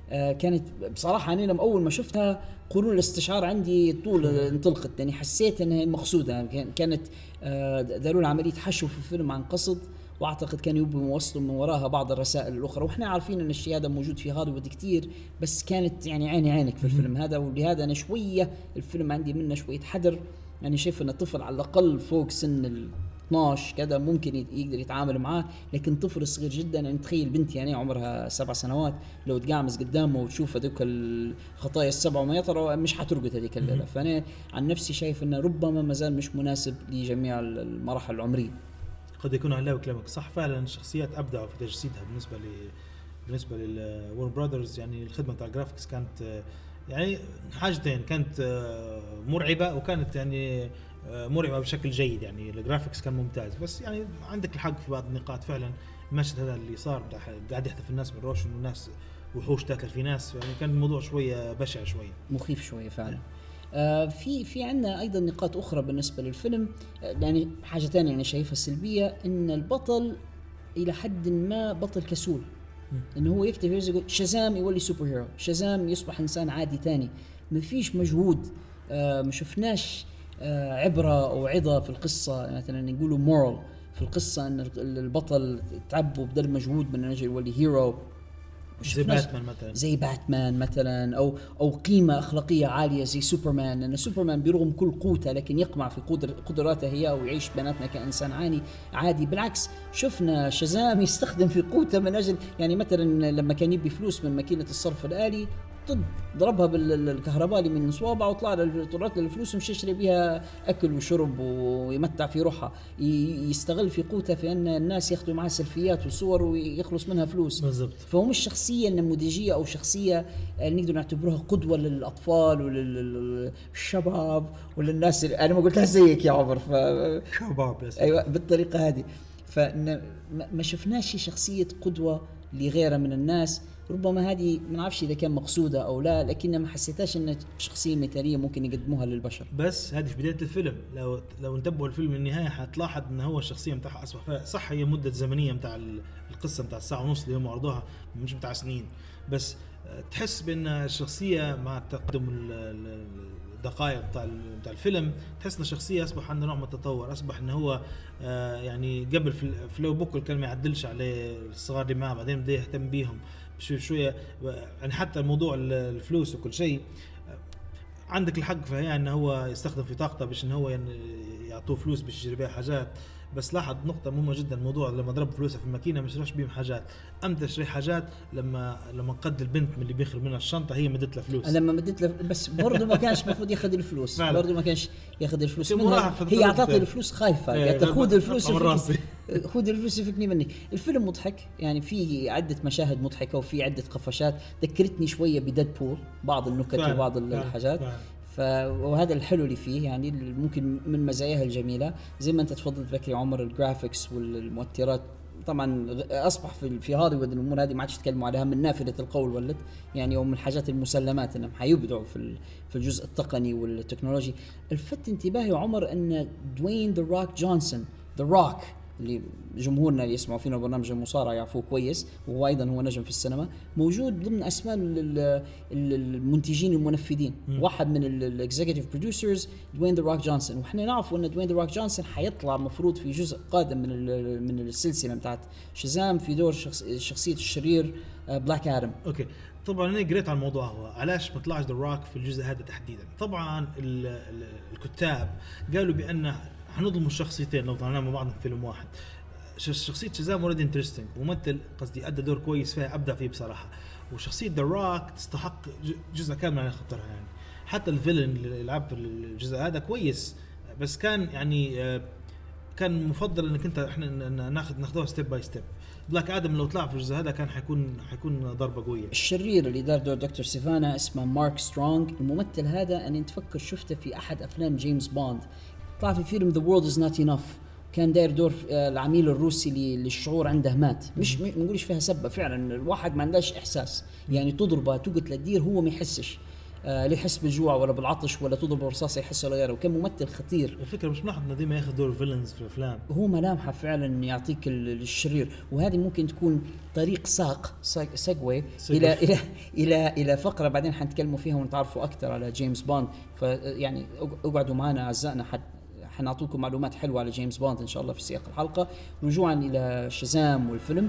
[SPEAKER 6] آه كانت بصراحة أنا لما أول ما شفتها قرون الاستشعار عندي طول انطلقت، يعني حسيت أنها مقصودة، كانت آه داروا عملية حشو في الفيلم عن قصد، واعتقد كانوا يبوا موصلوا من وراها بعض الرسائل الاخرى، واحنا عارفين ان الشيء هذا موجود في هوليوود كتير، بس كانت يعني عيني عينك في الفيلم هذا. ولهذا انا شويه الفيلم عندي منه شويه حذر، يعني شايف ان الطفل على الاقل فوق سن ال اثناشر كذا ممكن يقدر يتعامل معاه، لكن طفل صغير جدا. يعني تخيل بنتي يعني عمرها سبع سنوات لو تقامز قدامه وتشوف هذوك الخطايا السبع وما يطرى مش حترقد هذيك الليله. فانا عن نفسي شايف انه ربما ما زال مش مناسب لجميع المراحل العمريه.
[SPEAKER 7] قد يكون علاوي كلامك صح فعلا، الشخصيات ابدعوا في تجسيدها. بالنسبه ل بالنسبه للورن براذرز يعني الخدمه بتاع الجرافيكس كانت يعني حاجتين، كانت مرعبه وكانت يعني مرعبه بشكل جيد. يعني الجرافيكس كان ممتاز، بس يعني عندك الحق في بعض النقاط. فعلا المشهد هذا اللي صار قاعد يحتفل الناس بالروش والناس وحوش تاكل في ناس، يعني كان الموضوع شويه بشع شويه
[SPEAKER 6] مخيف شويه فعلا. آه في في عندنا ايضا نقاط اخرى بالنسبه للفيلم. آه يعني حاجه ثانيه انا شايفها سلبيه، ان البطل الى حد ما بطل كسول، انه هو يكتب يقول شازام يولي سوبر هيرو، شازام يصبح انسان عادي تاني، ما فيش مجهود. آه ما شفناش آه عبره او عظه في القصه، مثلا نقولوا مورال في القصه ان البطل تعب وبذل مجهود من اجل يولي هيرو،
[SPEAKER 7] زي باتمان مثلا
[SPEAKER 6] زي باتمان مثلا او او قيمه اخلاقيه عاليه زي سوبرمان. لان سوبرمان برغم كل قوته لكن يقمع في قدر قدراته هي ويعيش بيناتنا كانسان عادي عادي. بالعكس شفنا شازام يستخدم في قوته من اجل يعني مثلا لما كان يبي فلوس من ماكينه الصرف الالي طب ضربها بالكهرباء من صوابعه وطلع طلعت له الفلوس ومشي يشتري بها اكل وشرب ويمتع في روحها. يستغل في قوته في ان الناس ياخذوا معاه سيلفيات وصور ويخلص منها فلوس
[SPEAKER 7] بالضبط.
[SPEAKER 6] فهو مش شخصيه نموذجيه او شخصيه نقدر نعتبرها قدوه للاطفال وللشباب وللناس. انا ما قلتها زيك يا عمر ف
[SPEAKER 7] شباب
[SPEAKER 6] ايوه بالطريقه هذه. فما شفناش شخصيه قدوه لغيرها من الناس. ربما هذه ما نعرفش اذا كان مقصوده او لا، لكن ما حسيتهاش ان شخصيه مثاليه ممكن يقدموها للبشر.
[SPEAKER 7] بس هذه في بدايه الفيلم، لو لو انتبهوا الفيلم النهايه حتلاحظ ان هو الشخصيه بتاعها اصبح فيها صح، هي مده زمنيه بتاع القصه بتاع الساعه ونص اللي هم عرضوها مش بتاع سنين، بس تحس بان الشخصيه مع تقدم الدقائق بتاع بتاع الفيلم تحس ان الشخصيه اصبح عنده نوع من التطور. اصبح ان هو يعني قبل في لو بوكل كان ما يعدلش عليه الصغار اللي معه، بعدين بده يهتم بيهم شوي شويه. يعني حتى الموضوع الفلوس وكل شيء عندك الحق فيها انه هو يستخدم في طاقته باش انه هو يعطوه فلوس باش يشتري بها حاجات. بس لاحظ نقطة مهمة جدا، الموضوع لما ضرب فلوسه في الماكينة مش راش بيهم حاجات، أمتى تشتري حاجات لما لما قد البنت من اللي بيخرج منها الشنطة هي مدت له فلوس.
[SPEAKER 6] لما مدت له بس برضه ما كانش المفروض ياخذ الفلوس، برضه ما كانش ياخذ الفلوس منها، هي أعطته الفلوس خايفة قالت خذ الفلوس خذ الفلوس يفكني منك. الفيلم مضحك يعني فيه عدة مشاهد مضحكة وفي عدة قفشات ذكرتني شوية بديدبول بعض النكت وبعض الحاجات. وهذا الحلو اللي فيه يعني ممكن من مزاياها الجميله. زي ما انت تفضلت بكري عمر الجرافيكس والمؤثرات طبعا اصبح في في هوليوود الامور هذه ما عادش يتكلموا عليها من نافذه القول ولد يعني، ومن الحاجات المسلمات انهم حيبدعوا في في الجزء التقني والتكنولوجي. الفت انتباهي عمر ان دوين ذا روك جونسون ذا روك اللي جمهورنا اللي يسمعوا فينا برنامج المصارعة يعرفوه كويس، وهو أيضا هو نجم في السينما، موجود ضمن أسماء المنتجين المنفذين. م. واحد من الإكزيكتيف بروديوسرز دوين ذا روك جونسون، وإحنا نعرف أن دوين ذا روك جونسون حيطلع مفروض في جزء قادم من من السلسلة بتاعت شازام في دور شخص شخصية الشرير بلاك آدم.
[SPEAKER 7] أوكي طبعا أنا قريت عن الموضوع هو علاش ما طلعش ذا روك في الجزء هذا تحديدا. طبعا الكتاب قالوا بأن حنظلم الشخصيتين لو طلعنا مع بعض في فيلم واحد. شخصية شازام ورد انترستينج وممثل قصدي أدى دور كويس فيها، أبدع فيه بصراحة. وشخصية ذا روك تستحق جزء كامل عن خطرها يعني. حتى الفيلن اللي لعب في الجزء هذا كويس، بس كان يعني كان مفضل انك انت احنا ناخذ ناخذوها ستيب باي ستيب. بلاك آدم لو طلع في الجزء هذا كان حيكون حيكون ضربة قوية.
[SPEAKER 6] الشرير اللي دار دور دكتور سيفانا اسمه مارك سترونج. الممثل هذا أنا تفكر شفته في أحد أفلام جيمس بوند، طلع في فيلم The World Is Not Enough، كان داير دور العميل الروسي اللي الشعور عنده مات. مش ما نقولش فيها سبة، فعلا الواحد ما عندهش إحساس يعني تضربه تقتل الدير هو ما يحسش. آه لا يحس بالجوع ولا بالعطش ولا تضرب رصاصة يحس ولا غيره. وكان ممثل خطير.
[SPEAKER 7] الفكرة مش ملاحظ إنه ديما ياخذ دور فيلنز في الأفلام،
[SPEAKER 6] هو ملامحه فعلا يعطيك الشرير. وهذه ممكن تكون طريق ساق سيجوي إلى إلى إلى إلى فقرة بعدين حنتكلموا فيها ونتعرفوا أكثر على جيمس بوند. فيعني اقعدوا معنا أعزائنا حد حنعطيكم معلومات حلوة على جيمس بوند إن شاء الله في سياق الحلقة. رجوعا إلى شازام والفيلم،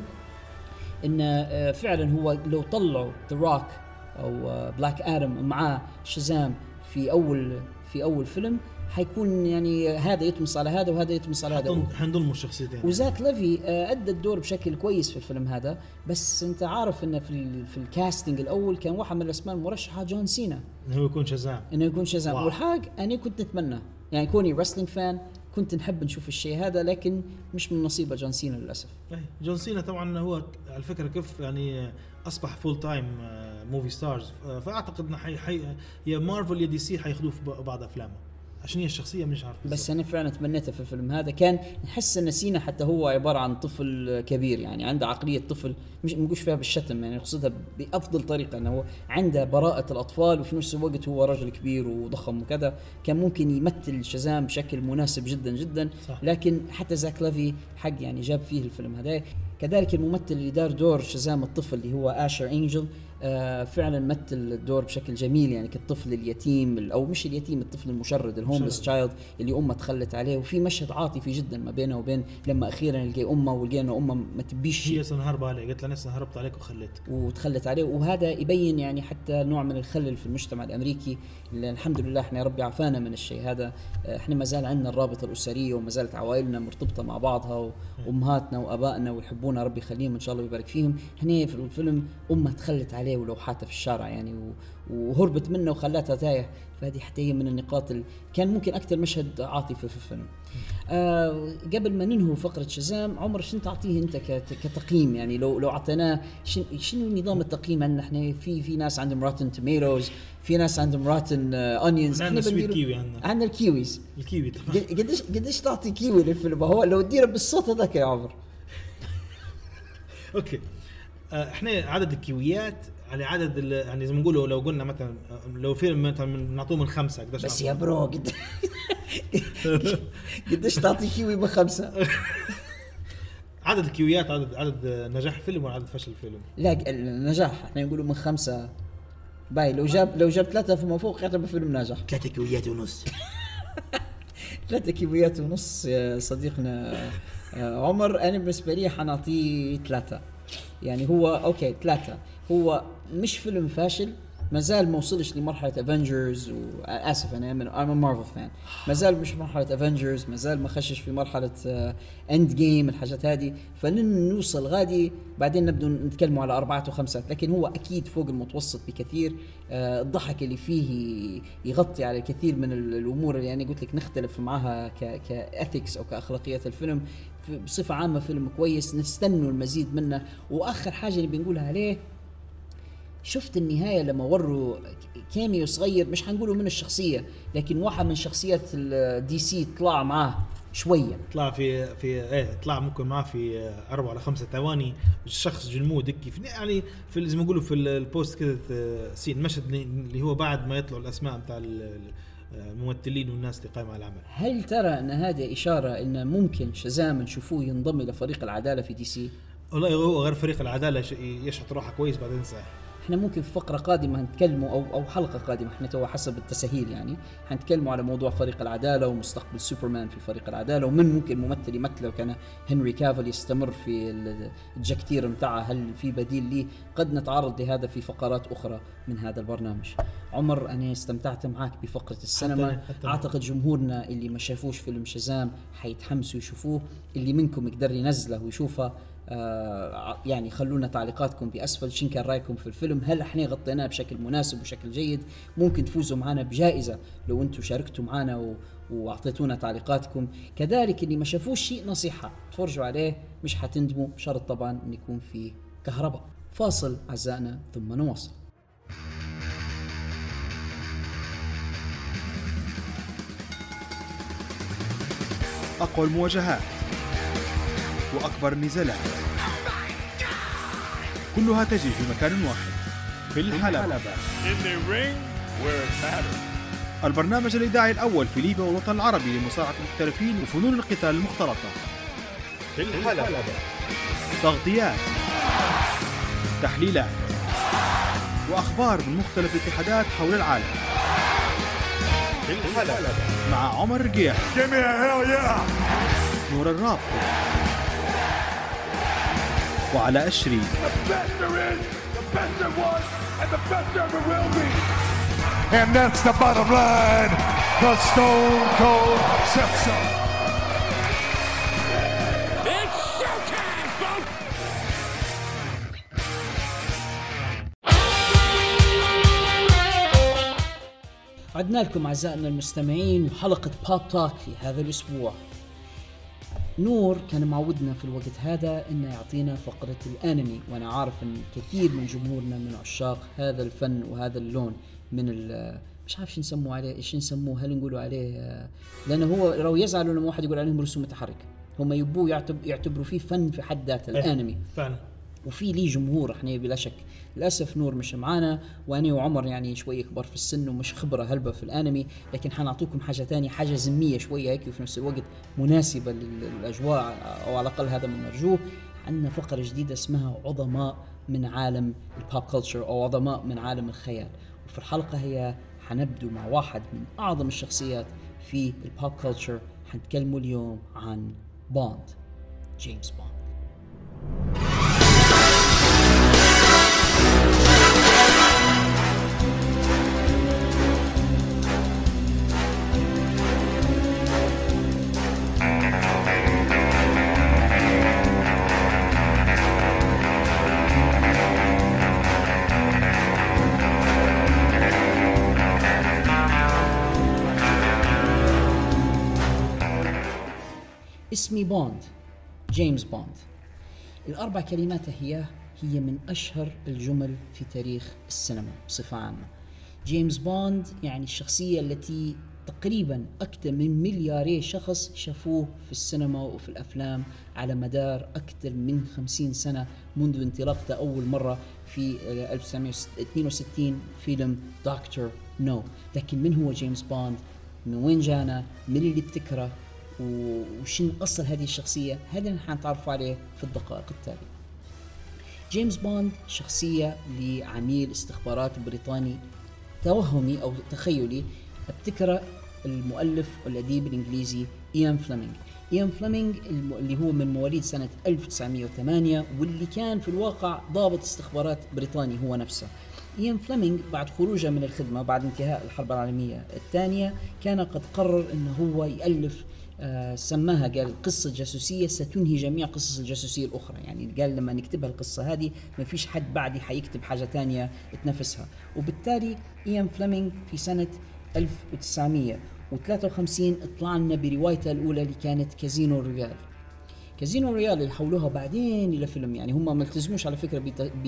[SPEAKER 6] إن فعلا هو لو طلعوا ذا روك أو بلاك آدم معاه شازام في أول في أول فيلم حيكون يعني هذا يتمس على هذا وهذا يتمس على هذا،
[SPEAKER 7] حنضموا الشخصيتين.
[SPEAKER 6] وزاك ليفي أدى الدور بشكل كويس في الفيلم هذا. بس أنت عارف إنه في في الكاستينج الأول كان واحد من الأسماء المرشحة جون سينا
[SPEAKER 7] إنه يكون شازام،
[SPEAKER 6] إنه يكون شازام. والحاج أنا كنت نتمنى يعني كوني رسلينج فان كنت نحب نشوف الشيء هذا، لكن مش من نصيبه جون سينا للأسف.
[SPEAKER 7] جون سينا طبعا هو على الفكرة كيف يعني أصبح فول تايم موفي ستارز، فأعتقد إنه حي حي يا مارفل يا دي سي حياخدوه في بعض أفلامه عشان هي الشخصية مش عارف.
[SPEAKER 6] بس أنا فعلا تمنيتها في الفيلم هذا. كان نحس أن سينا حتى هو عبارة عن طفل كبير، يعني عنده عقلية طفل، مش نقولش فيها بالشتم يعني قصدها بأفضل طريقة، أنه عنده براءة الأطفال وفي نفس الوقت هو رجل كبير وضخم وكذا. كان ممكن يمثل شازام بشكل مناسب جدا جدا صح. لكن حتى زاك ليفي حق يعني جاب فيه الفيلم هذا. كذلك الممثل اللي دار دور شازام الطفل اللي هو آشر إنجل آه فعلا مثل الدور بشكل جميل، يعني كالطفل اليتيم أو مش اليتيم، الطفل المشرد الهوملس تشايلد اللي أمه تخلت عليه. وفي مشهد عاطفي جدا ما بينه وبين لما أخيرا لقى أمه ولقينا أمه ما تبيش،
[SPEAKER 7] هي سنهرب عليه، قلت لها أنا هربت عليك وخليتك
[SPEAKER 6] وتخلت عليه. وهذا يبين يعني حتى نوع من الخلل في المجتمع الأمريكي اللي الحمد لله احنا يا رب عافانا من الشيء هذا. احنا ما زال عندنا الرابطة الأسرية وما زالت عوائلنا مرتبطة مع بعضها وأمهاتنا وأبائنا ويحبونا ربي يخليهم إن شاء الله ويبارك فيهم. هنا في الفيلم أمها تخلت عليه ولوحاتها في الشارع يعني وهربت منه وخلاتها تايه. فهذه حتى هي من النقاط اللي كان ممكن أكثر مشهد عاطفي في الفيلم. آه قبل ما ننهو فقرة شازام، عمر شنو تعطيه أنت كتقييم؟ يعني لو لو عطيناه شنو نظام التقييم عندنا؟ إحنا في في ناس عندهم روتن توميتوز، في ناس عندهم روتن أونيونز،
[SPEAKER 7] عندنا سويت كيوي، عندنا
[SPEAKER 6] عندنا الكيويز.
[SPEAKER 7] الكيوي
[SPEAKER 6] قديش قديش تعطي كيوي للفيلم؟ هو لو تديره بالصوت هذاك يا عمر.
[SPEAKER 7] اوكي احنا عدد الكيويات على عدد يعني زي ما نقولوا لو قلنا مثلا لو فيلم مثلا نعطوه من خمسة قديش
[SPEAKER 6] بس يا برو قد قديش تعطي كيوي من خمسة؟
[SPEAKER 7] عدد الكيويات عدد عدد نجاح الفيلم ولا عدد فشل الفيلم؟
[SPEAKER 6] لا النجاح احنا نقوله من خمسة. باي لو جاب لو جاب ثلاثة فما فوق يعتبر فيلم ناجح.
[SPEAKER 1] ثلاثة كيويات ونص
[SPEAKER 6] ثلاثة كيويات ونص يا صديقنا عمر. أنا بالنسبة لي حنعطيه ثلاثة. يعني هو أوكي ثلاثة، هو مش فيلم فاشل، مازال ما وصلش لمرحلة افنجرز، وآسف أنا من I'm a Marvel fan، مازال مش مرحلة افنجرز، مازال ما خشش في مرحلة اند جيم الحاجات هذه. فلن نوصل غادي بعدين نبدأ نتكلموا على أربعة وخمسة، لكن هو أكيد فوق المتوسط بكثير. الضحك اللي فيه يغطي على الكثير من الأمور اللي يعني قلت لك نختلف معها كأثيكس أو كأخلاقيات الفيلم. بصفة عامة فيلم كويس نستنوا المزيد منه. وآخر حاجة اللي بنقولها عليه، شفت النهاية لما وروا كاميو صغير، مش هنقوله من الشخصية لكن واحد من شخصيات الدي سي طلع معاه شوية،
[SPEAKER 7] طلع في في ايه طلع ممكن معاه في أربعة ولا خمسة ثواني. الشخص جلمود دكي يعني في زي ما يقولوا في البوست كده سين المشهد اللي هو بعد ما يطلعوا الأسماء بتاع الممثلين والناس اللي قائمة على العمل.
[SPEAKER 6] هل ترى أن هذه إشارة أن ممكن شازام نشوفوه ينضم إلى فريق العدالة في دي سي؟
[SPEAKER 7] والله هو غير فريق العدالة يشحط روحه كويس بعدين صحيح.
[SPEAKER 6] احنا ممكن في فقرة قادمة هنتكلموا او او حلقة قادمة، احنا تو حسب التسهيل يعني هنتكلموا على موضوع فريق العدالة ومستقبل سوبرمان في فريق العدالة، ومن ممكن ممثل يمثله كان هنري كافل يستمر في الجكتير متاعه، هل في بديل ليه؟ قد نتعرض لهذا في فقرات اخرى من هذا البرنامج. عمر انا استمتعت معك بفقرة السينما، حتى حتى اعتقد جمهورنا اللي ما شافوش فيلم شازام حيتحمسوا يشوفوه، اللي منكم يقدر ينزله ويشوفه آه يعني خلونا تعليقاتكم بأسفل، شين كان رأيكم في الفيلم، هل احنا غطيناه بشكل مناسب وشكل جيد؟ ممكن تفوزوا معنا بجائزة لو انتم شاركتوا معنا و... واعطيتونا تعليقاتكم. كذلك اللي ما شافوش شيء نصيحة تفرجوا عليه مش حتندموا، شرط طبعا ان يكون في كهرباء. فاصل أعزائنا ثم نواصل.
[SPEAKER 3] أقوى المواجهات وأكبر النزالات كلها تجري في مكان واحد، في الحلبة.
[SPEAKER 8] In the ring,
[SPEAKER 3] البرنامج الإذاعي الأول في ليبيا والوطن العربي لمصارعة المحترفين وفنون القتال المختلطة.
[SPEAKER 2] في الحلبة
[SPEAKER 3] تغطيات، تحليلات، وأخبار من مختلف الاتحادات حول العالم.
[SPEAKER 2] في الحلبة
[SPEAKER 3] مع عمر رقيح، نور الراب، وعلى أشري.
[SPEAKER 8] And that's the bottom line. The Stone Cold said so.
[SPEAKER 5] It's showtime, folks!
[SPEAKER 6] عدنا لكم أعزائنا المستمعين وحلقة باب توك لهذا الأسبوع. نور كان معودنا في الوقت هذا إنه يعطينا فقرة الأنمي، وأنا عارف إن كثير من جمهورنا من عشاق هذا الفن وهذا اللون من ال مش عارف شو نسموه عليه، إيش نسموه، هل نقولوا عليه، لأنه هو لو يزعلوا لما واحد يقول عليهم رسوم متحركة، هم يبوه يعتبر يعتبروا فيه فن في حد ذاته الأنمي
[SPEAKER 7] فعلا،
[SPEAKER 6] وفي ليه جمهور. احنا بلا شك للاسف نور مش معانا، وانا وعمر يعني شويه كبار في السن ومش خبره هلبة في الانمي، لكن حنعطيكم حاجه تانية، حاجه زميه شويه هيك وفي نفس الوقت مناسبه للاجواء، او على الاقل هذا من نرجوه. عندنا فقره جديده اسمها عظماء من عالم البوب كلتشر او عظماء من عالم الخيال، وفي الحلقه هي حنبدو مع واحد من اعظم الشخصيات في البوب كلتشر. حنتكلموا اليوم عن بوند، جيمس بوند. اسمي بوند، جيمس بوند. الأربع كلمات هي هي من أشهر الجمل في تاريخ السينما بصفة عامة. جيمس بوند يعني الشخصية التي تقريبا أكثر من ملياري شخص شافوه في السينما وفي الأفلام على مدار أكثر من خمسين سنة منذ انطلاقته أول مرة في ألف وتسعمائة واثنين وستين فيلم دكتور نو. لكن من هو جيمس بوند؟ من وين جانا؟ من اللي ابتكره؟ وشن أصل هذه الشخصية؟ هذا اللي حنتعرف عليه في الدقائق التالية. جيمس بوند شخصية لعميل استخبارات بريطاني توهمي أو تخيلي ابتكر المؤلف والأديب الإنجليزي إيان فليمنج. إيان فليمنج اللي هو من مواليد سنة ألف وتسعمائة وثمانية واللي كان في الواقع ضابط استخبارات بريطاني هو نفسه. إيان فليمنج بعد خروجه من الخدمة بعد انتهاء الحرب العالمية الثانية كان قد قرر أنه هو يألف آه سماها قال قصة جاسوسية ستنهي جميع قصص الجاسوسية الأخرى. يعني قال لما نكتبها القصة هذه ما فيش حد بعدي حيكتب حاجة تانية تنافسها. وبالتالي إيان فليمنج في سنة ألف وتسعمائة وثلاثة وخمسين اطلع لنا بروايته الأولى اللي كانت كازينو رويال. كازينو رويال اللي حولوها بعدين إلى فيلم، يعني هم ما التزموش على فكرة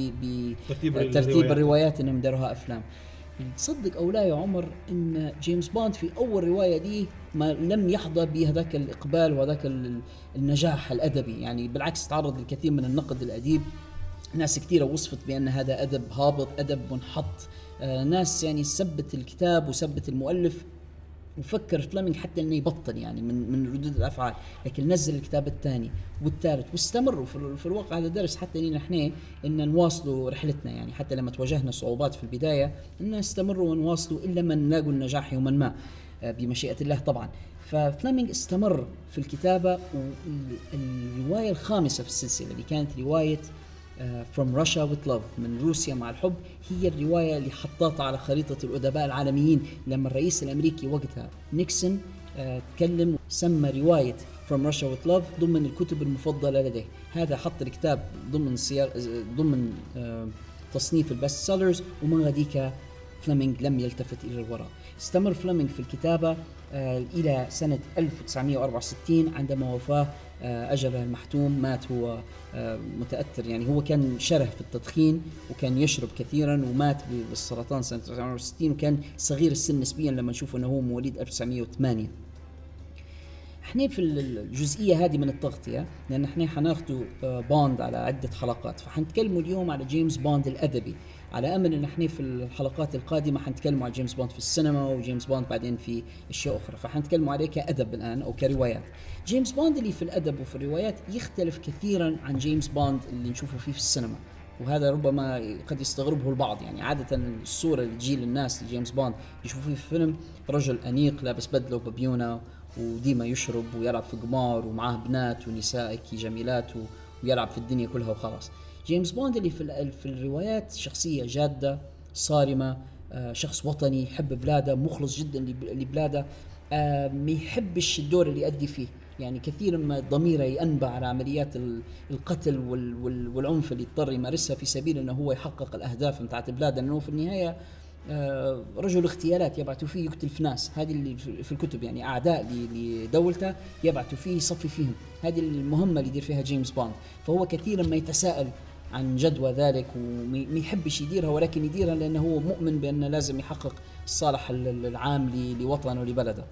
[SPEAKER 6] بترتيب الروايات إنهم داروها أفلام. تصدق أو لا يا عمر إن جيمس بوند في أول رواية دي ما لم يحظى بهذاك الإقبال وهذاك النجاح الأدبي، يعني بالعكس تعرض للكثير من النقد الأديب. ناس كثيرة وصفت بأن هذا أدب هابط، أدب منحط، آه ناس يعني سبت الكتاب وسبت المؤلف، وفكر فليمنج حتى انه يبطل يعني من من ردود الافعال، لكن نزل الكتاب الثاني والثالث واستمروا في, في الواقع. هذا درس حتى لنا احنا ان نواصلوا رحلتنا، يعني حتى لما تواجهنا صعوبات في البدايه ان نستمروا ونواصلوا الا من نلاقوا النجاح يوما ما بمشيئه الله طبعا. ففليمنج استمر في الكتابه، والروايه الخامسه في السلسله اللي كانت روايه Uh, From Russia with Love، من روسيا مع الحب، هي الرواية اللي حطتها على خريطة الأدباء العالميين لما الرئيس الأمريكي وقتها نيكسون uh, تكلم سمى رواية From Russia with Love ضمن الكتب المفضلة لديه. هذا حط الكتاب ضمن سيار ضمن uh, تصنيف البست سيلرز، ومن غديك فليمنج لم يلتفت إلى الوراء. استمر فليمنج في الكتابة uh, إلى سنة ألف وتسعمائة وأربعة وستين عندما وفاه أجله المحتوم. مات هو متأثر، يعني هو كان شره في التدخين وكان يشرب كثيرا ومات بالسرطان سنة ألف وتسعمائة وأربعة وستين، وكان صغير السن نسبيا لما نشوف أنه هو مواليد ألف وتسعمائة وثمانية. احنا في الجزئية هذه من التغطية لأن احنا حناخدوا بوند على عدة حلقات، فحنتكلموا اليوم على جيمس بوند الأدبي، على امل ان احنا في الحلقات القادمه حنتكلموا عن جيمس بوند في السينما وجيمس بوند بعدين في اشياء اخرى، فحنتكلموا عليه كادب الان او كروايات. جيمس بوند اللي في الادب وفي الروايات يختلف كثيرا عن جيمس بوند اللي نشوفه فيه في السينما، وهذا ربما قد يستغربه البعض. يعني عاده الصوره اللي تجي للناس لجيمس بوند يشوفوا فيه في فيلم رجل انيق لابس بدله وببيونه وديما يشرب ويلعب في قمار ومعاه بنات ونساء جميلات ويلعب في الدنيا كلها وخلاص. جيمس بوند اللي في في الروايات شخصيه جاده صارمه، شخص وطني يحب بلاده، مخلص جدا لبلاده، ما يحبش الدور اللي يؤدي فيه. يعني كثيرا ما ضميره ينبع على عمليات القتل والعنف اللي يضطر يمارسها في سبيل انه هو يحقق الاهداف نتاعت بلاده، لانه في النهايه رجل اغتيالات يبعثوا فيه يقتل في ناس. هذه اللي في الكتب يعني اعداء لدولته يبعثوا فيه يصفي فيهم، هذه المهمه اللي يدير فيها جيمس بوند. فهو كثيرا ما يتساءل عن جدوى ذلك وما يحبش يديرها، ولكن يديرها لانه هو مؤمن بانه لازم يحقق الصالح العام لوطنه ولبلده.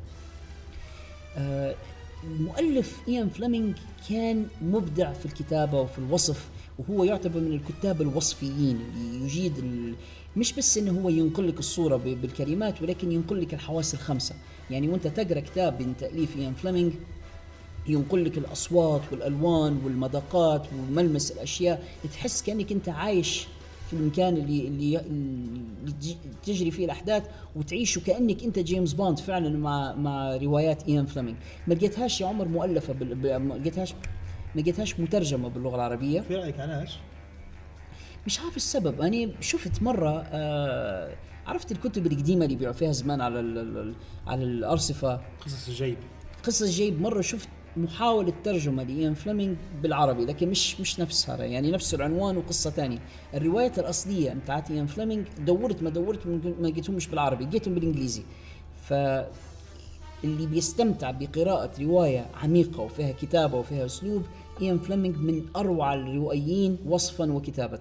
[SPEAKER 6] المؤلف إيان فليمنج كان مبدع في الكتابة وفي الوصف، وهو يعتبر من الكتاب الوصفيين اللي يجيد ال... مش بس إنه هو ينقل لك الصورة بالكلمات، ولكن ينقل لك الحواس الخمسة. يعني وانت تقرأ كتاب من تأليف إيان فليمنج ينقل لك الأصوات والألوان والمذاقات وملمس الأشياء، تحس كأنك انت عايش في المكان اللي اللي, اللي تجري فيه الأحداث وتعيش كأنك أنت جيمس بوند فعلا مع مع روايات إيان فليمنج. ما لقيتهاش يا عمر مؤلفة بال... ما لقيتهاش ما لقيتهاش مترجمة باللغة العربية.
[SPEAKER 7] في رأيك علاش؟
[SPEAKER 6] مش عارف السبب. أنا شفت مرة آه عرفت الكتب القديمة اللي بيعوا فيها زمان على ال... على الأرصفة،
[SPEAKER 7] قصص الجيب
[SPEAKER 6] قصص الجيب. مرة شفت محاولة ترجمة لإيان فليمنج بالعربي، لكن مش مش نفسها، يعني نفس العنوان وقصة تانية. الرواية الأصلية متاعت إيان فليمنج دورت ما دورت ما لقيتهم مش بالعربي، لقيتهم بالإنجليزي. فاللي بيستمتع بقراءة رواية عميقة وفيها كتابة وفيها أسلوب، إيان فليمنج من أروع الروائيين وصفا وكتابة.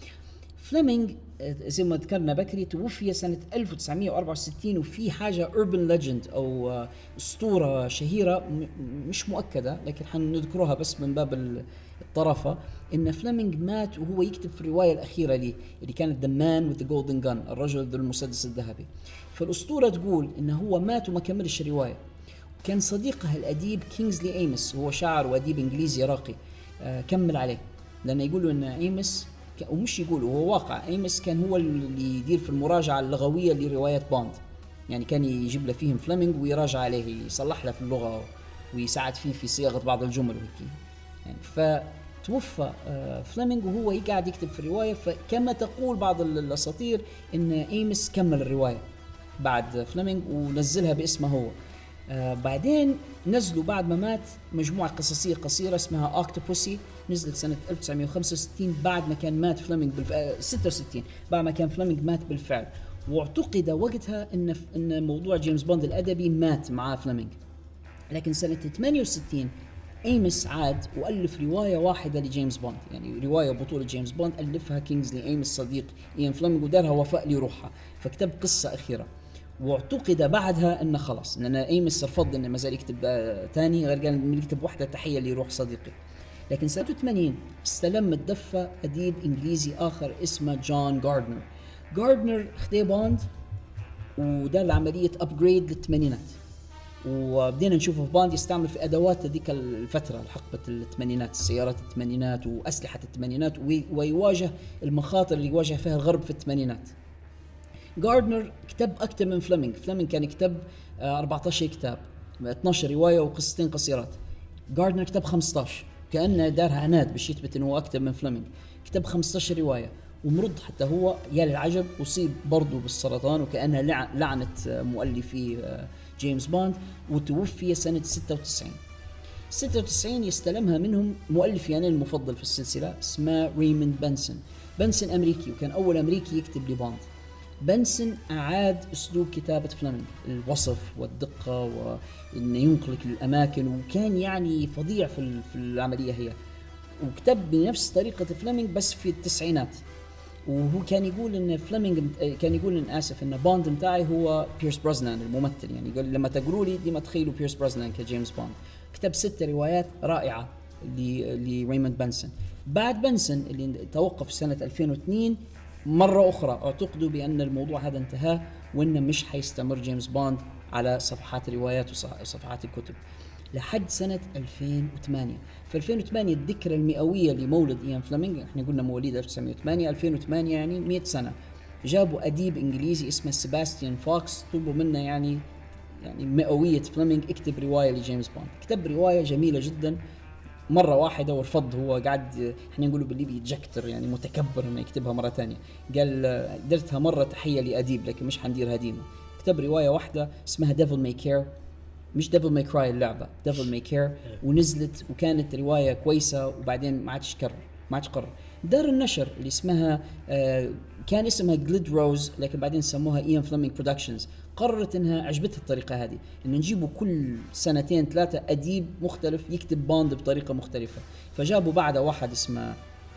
[SPEAKER 6] فليمنج زي ما ذكرنا بكري توفي سنة ألف وتسعمائة وأربعة وستين، وفي حاجة urban legend أو أسطورة شهيرة مش مؤكدة لكن حنذكرها بس من باب الطرفة، إن فليمنج مات وهو يكتب في الرواية الأخيرة لي اللي كانت The Man with the Golden Gun، الرجل ذو المسدس الذهبي. فالأسطورة تقول إنه هو مات وما كملش الرواية. كان صديقه الأديب كينغزلي إيمس، هو شاعر وأديب إنجليزي راقي، كمل عليه، لأنه يقولوا إن إيمس، ومش يقولوا هو واقع، إيمس كان هو اللي يدير في المراجعة اللغوية لروايات بوند. يعني كان يجيب له فيهم فليمنج ويراجع عليه، يصلح له في اللغة ويساعد فيه في صياغة بعض الجمل وهيك. يعني فتوفى فليمنج وهو قاعد يكتب في الرواية. فكما تقول بعض الأساطير إن إيمس كمل الرواية بعد فليمنج ونزلها باسمه هو. آه بعدين نزلوا بعد ما مات مجموعة قصصية قصيرة اسمها أوكتوبوسي، نزلت سنة ألف وتسعمائة وخمسة وستين بعد ما كان مات فليمنج بالف... آه ستة وستين بعد ما كان فليمنج مات بالفعل. واعتقد وقتها إن إن موضوع جيمس بوند الأدبي مات مع فليمنج. لكن سنة ثمانية وستين إيمس عاد وألف رواية واحدة لجيمس بوند، يعني رواية بطولة جيمس بوند ألفها كينغزلي إيمس صديق إيان فليمنج ودارها وفاء لروحها، فكتب قصة أخيرة. واعتقد بعدها انه خلاص ان ايمس رفض انه ما زال يكتب ثاني، غير قال يكتب واحده تحيه لروح صديقي. لكن سنه ثمانين استلم الدفه اديب انجليزي اخر اسمه جون جاردنر. جاردنر خدي بوند ودار عمليه ابجريد للثمانينات، وبدينا نشوفه في بوند يستعمل في ادوات هذيك الفتره حقبه الثمانينات، السيارات الثمانينات واسلحه الثمانينات، ويواجه المخاطر اللي يواجه فيها الغرب في الثمانينات. جاردنر كتب أكثر من فليمنج. فليمنج كان يكتب أربعة عشر كتاب، اثني عشر رواية وقصتين قصيرات. جاردنر كتب خمسة عشر، كأنه دارها عناد باش يثبت إنه هو أكثر من فليمنج. كتب خمسة عشر رواية ومرض حتى هو يا للعجب، أصيب برضو بالسرطان وكأنها لعنة مؤلفي جيمس بوند، وتوفي سنة ستة وتسعين. ستة وتسعين يستلمها منهم مؤلف يعني المفضل في السلسلة اسمه ريموند بنسون. بنسون أمريكي وكان أول أمريكي يكتب لبوند. بنسون أعاد أسلوب كتابة فليمنج، الوصف والدقة وإنه ينقلك الأماكن، وكان يعني فظيع في في العملية هي، وكتب بنفس طريقة فليمنج بس في التسعينات. وهو كان يقول إن فليمنج كان يقول إن آسف إن بوند متاعي هو بيرس برosnan الممثل، يعني قال لما تقولوا لي دي ما تخيلوا بيرس برosnan كجيمس بوند. كتب ست روايات رائعة لريموند بنسون. بعد بنسون اللي توقف سنة ألفين واثنين مرة أخرى اعتقدوا بأن الموضوع هذا انتهى وأنه مش حيستمر جيمس بوند على صفحات الروايات وصفحات الكتب لحد سنة ألفين وثمانية. في ألفين وثمانية الذكرى المئوية لمولد إيان فليمنج، احنا قلنا مواليد ألف وتسعمائة وثمانية، ألفين وثمانية يعني مئة سنة. جابوا أديب إنجليزي اسمه سيباستيان فوكس، طلبوا منه يعني يعني مئوية فليمنج اكتب رواية لجيمس بوند. كتب رواية جميلة جدا مرة واحدة ورفض. هو قاعد احنا نقوله بالليبي يتجكتر يعني متكبر انه يكتبها مرة تانية. قال درتها مرة تحية لأديب لكن مش حنديرها ديما. كتب رواية واحدة اسمها Devil May Care، مش Devil May Cry اللعبة، Devil May Care، ونزلت وكانت رواية كويسة وبعدين ما عادش كرر ما عادش قرر. دار النشر اللي اسمها آه كان اسمها جليد روز لكن بعدين سموها إيان فليمنج برودكشنز، قررت انها عجبتها الطريقة هذه انه نجيبوا كل سنتين ثلاثة أديب مختلف يكتب بوند بطريقة مختلفة. فجابوا بعدها واحد اسمه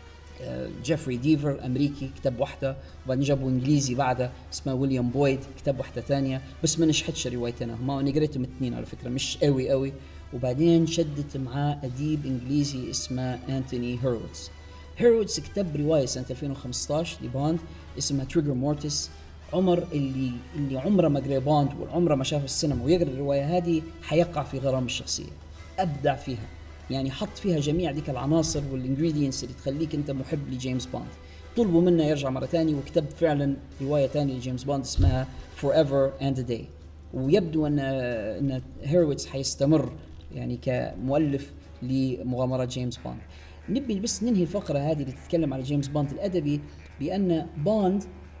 [SPEAKER 6] جيفري ديفر أمريكي كتب واحدة، وبعدين جابوا إنجليزي بعدها اسمه ويليام بويد كتب واحدة تانية بس ما نجحتش روايتنا، ما أنا قريتهم اثنين على فكرة مش قوي قوي. وبعدين شدت معاه أديب إنجليزي اسمه أنتوني هيروتس. هيروتس كتب رواية سنة ألفين وخمسة عشر لبوند اسمها تريجر مورتس. عمر اللي اللي عمره ما قرأ بوند والعمره ما شاف السينما ويقرأ الرواية هذه حيقع في غرام الشخصية. أبدع فيها يعني حط فيها جميع ديك العناصر والانجريدينتس اللي تخليك انت محب لجيمس بوند. طلبوا منه يرجع مرة تانية وكتب فعلا رواية تانية لجيمس بوند اسمها Forever and a Day. ويبدو ان ان هيروتس حيستمر يعني كمؤلف لمغامرات جيمس بوند. نبي بس ننهي الفقرة هذه اللي تتكلم على جيمس بوند الأدبي بأن بوند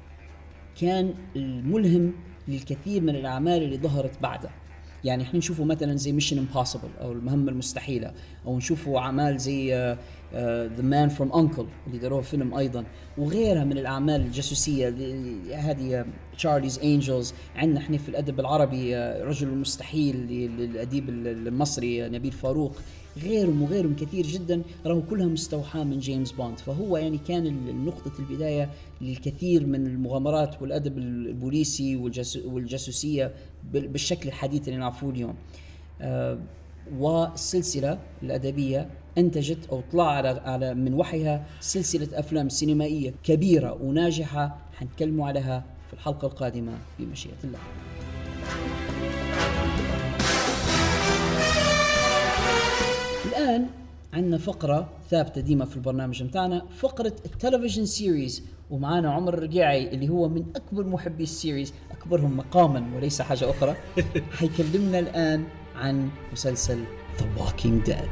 [SPEAKER 6] كان الملهم للكثير من الأعمال اللي ظهرت بعده. يعني احنا نشوفه مثلا زي Mission Impossible أو المهمة المستحيلة، أو نشوفه أعمال زي uh, uh, The Man from Uncle اللي داروه فيلم أيضا، وغيرها من الأعمال الجاسوسية هذه Charlie's Angels. عندنا احنا في الأدب العربي رجل المستحيل للأديب المصري نبيل فاروق، غيرهم وغيرهم كثير جدا، راهو كلها مستوحاة من جيمس بوند. فهو يعني كان النقطة البداية للكثير من المغامرات والأدب البوليسي والجاسوسية بالشكل الحديث اللي نعرفه اليوم. آه والسلسلة الأدبية أنتجت أو طلع على على من وحيها سلسلة أفلام سينمائية كبيرة وناجحة حنتكلموا عليها في الحلقة القادمة بمشيئة الله. الآن عندنا فقرة ثابتة ديما في البرنامج متاعنا، فقرة التلفزيون سيريز، ومعانا عمر الرقيعي اللي هو من أكبر محبي السيريز، أكبرهم مقاما وليس حاجة أخرى. حيكلمنا الآن عن مسلسل The Walking Dead.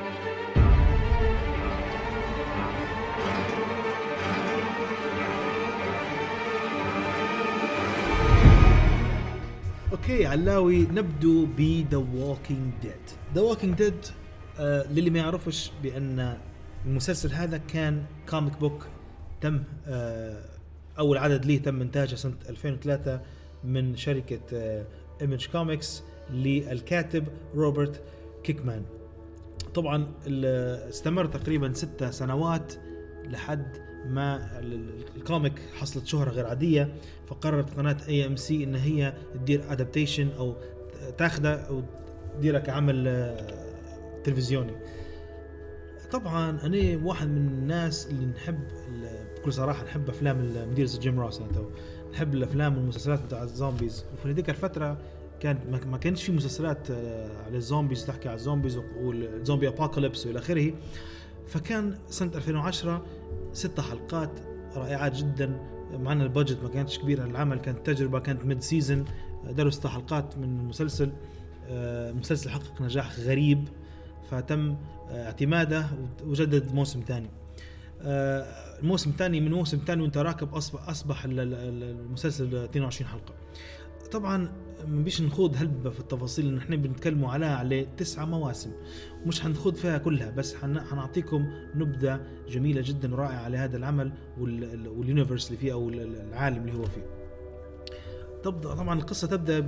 [SPEAKER 7] اوكي علاوي، نبدو ب The Walking Dead. The Walking Dead آه للي ما يعرفش بأن المسلسل هذا كان كوميك بوك تم آه أول عدد ليه تم إنتاجه سنة ألفين وثلاثة من شركة آه إيميج كوميكس للكاتب روبرت كيكمان. طبعا استمر تقريبا ستة سنوات لحد ما الكوميك حصلت شهرة غير عادية، فقررت قناة إيه إم سي إن هي تدير أدابتيشن أو تاخده أو تديره كعمل آه تلفزيوني. طبعا انا واحد من الناس اللي نحب بكل صراحه نحب افلام المدير جيم روس، انا نحب الافلام والمسلسلات بتاع الزومبيز. وفي ذيك الفتره كان ما كانش في مسلسلات على الزومبيز تحكي على الزومبيز والزومبي ابوكاليبس والى اخره. فكان سنه ألفين وعشرة ست حلقات رائعات جدا، معنا البادجت ما كانتش كبيره العمل، كانت تجربه، كانت ميد سيزن، داروا ست حلقات من المسلسل. المسلسل حقق نجاح غريب فتم اعتماده وجدد موسم ثاني. الموسم الثاني من موسم ثاني وانت راكب اصبح اصبح المسلسل اثنين وعشرين حلقه. طبعا ما بيش نخوض هلبة في التفاصيل ان احنا بنتكلموا عليها على تسعة مواسم، مش هنخوض فيها كلها، بس هنعطيكم نبذه جميله جدا ورائعه على هذا العمل واليونيفرس اللي فيه او العالم اللي هو فيه. تبدأ طبعا القصة تبدأ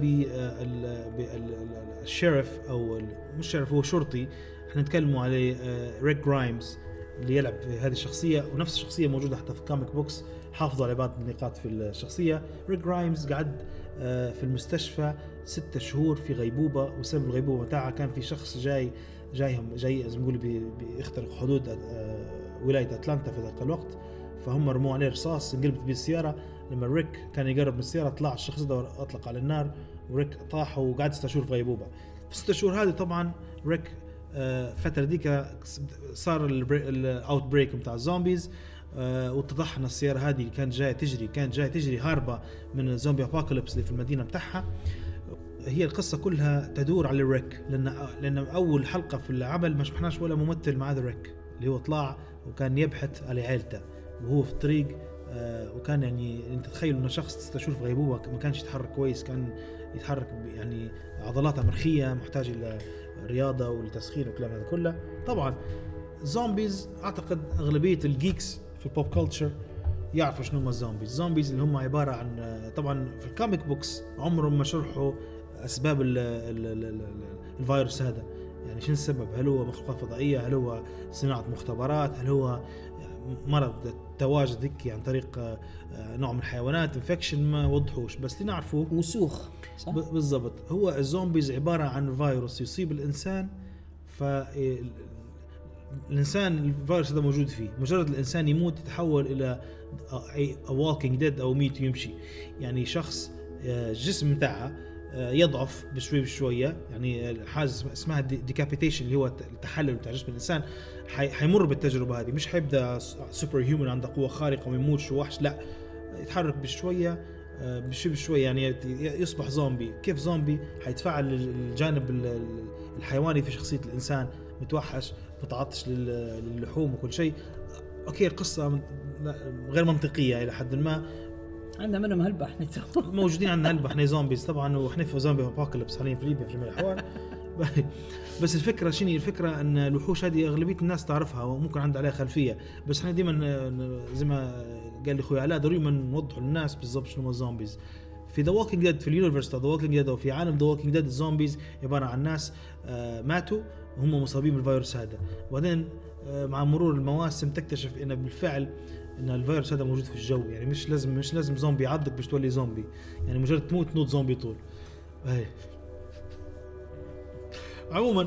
[SPEAKER 7] بالشيرف أو مش شيرف، هو شرطي، احنا نتكلموا عليه ريك جرايمز اللي يلعب في هذه الشخصية، ونفس الشخصية موجودة حتى في كوميك بوكس، حافظوا على بعض النقاط في الشخصية. ريك جرايمز قعد في المستشفى ستة شهور في غيبوبة، وسبب الغيبوبة بتاعها كان في شخص جاي جايهم جاي زي ما نقول بيخترق حدود ولاية أتلانتا في ذاك الوقت، فهم رموا عليه رصاص انقلبت بالسياره. لما ريك كان يقرب من السياره طلع الشخص ده واطلق على النار وريك طاح وقعد ستة شهور في غيبوبه. في ستة شهور هذه طبعا ريك فتره ديك صار الاوت بريك بتاع الزومبيز وتطحن السياره هذه اللي كانت جايه تجري كانت جايه تجري هاربه من الزومبي ابوكاليبس اللي في المدينه بتاعها. هي القصه كلها تدور على ريك لان لان اول حلقه في العمل ما شفناش ولا ممثل مع ريك اللي هو طلع وكان يبحث على عائلته وهو في الطريق. آه وكان يعني انت تخيل انه شخص ستة شهور في غيبوبه ما كانش يتحرك كويس كان يتحرك يعني عضلاته مرخيه محتاج الى رياضه والتسخين والكلام هذا كله. طبعا زومبيز اعتقد اغلبيه الجيكس في البوب كلتشر يعرفوا شنو هم الزومبيز. الزومبيز اللي هم عباره عن طبعا في الكوميك بوكس عمرهم ما شرحوا اسباب ال ال ال ال الفيروس هذا يعني شنو السبب. هل هو مخلوقات فضائيه هل هو صناعه مختبرات هل هو مرض تواجد هيك عن طريق نوع من الحيوانات انفكشن ما وضحوش بس نعرفوا
[SPEAKER 6] وسوخ
[SPEAKER 7] بالضبط. هو الزومبيز عباره عن فيروس يصيب الانسان فالانسان الفيروس هذا موجود فيه مجرد الانسان يموت يتحول الى walking dead او ميت ويمشي. يعني شخص الجسم بتاعه يضعف بشوي بشويه يعني حاجه اسمها ديكابيتيشن اللي هو التحلل بتاع جسم الانسان حيمر بالتجربه هذه مش حيبدا سوبر هيومن عنده قوه خارقه ويموت شو وحش لا يتحرك بشويه بشوي بشوي يعني يصبح زومبي. كيف زومبي حيتفاعل الجانب الحيواني في شخصيه الانسان متوحش متعطش للحوم وكل شيء. اوكي القصه غير منطقيه الى حد ما
[SPEAKER 6] عندنا منهم هلبة احنا
[SPEAKER 7] موجودين عندنا هلبة احنا زومبيز طبعا واحنا في زومبي ابوكاليبس حاليا في ليبيا في جميع الاحوال. بس الفكره شنو الفكره ان الوحوش هذه اغلبيه الناس تعرفها وممكن عندها عليها خلفيه بس احنا دائما زي ما قال لي اخوي علاء ضروري نوضحوا للناس بالضبط شنو هم الزومبيز. في ذا ووكينج ديد في اليونيفرس ذا ووكينج ديد او في عالم ذا ووكينج ديد الزومبيز عباره عن ناس ماتوا وهم مصابين بالفيروس هذا وبعدين مع مرور المواسم تكتشف ان بالفعل ان الفيروس هذا موجود في الجو يعني مش لازم مش لازم زومبي يعضك باش تولي زومبي يعني مجرد تموت تنوض زومبي طول. هاي عموما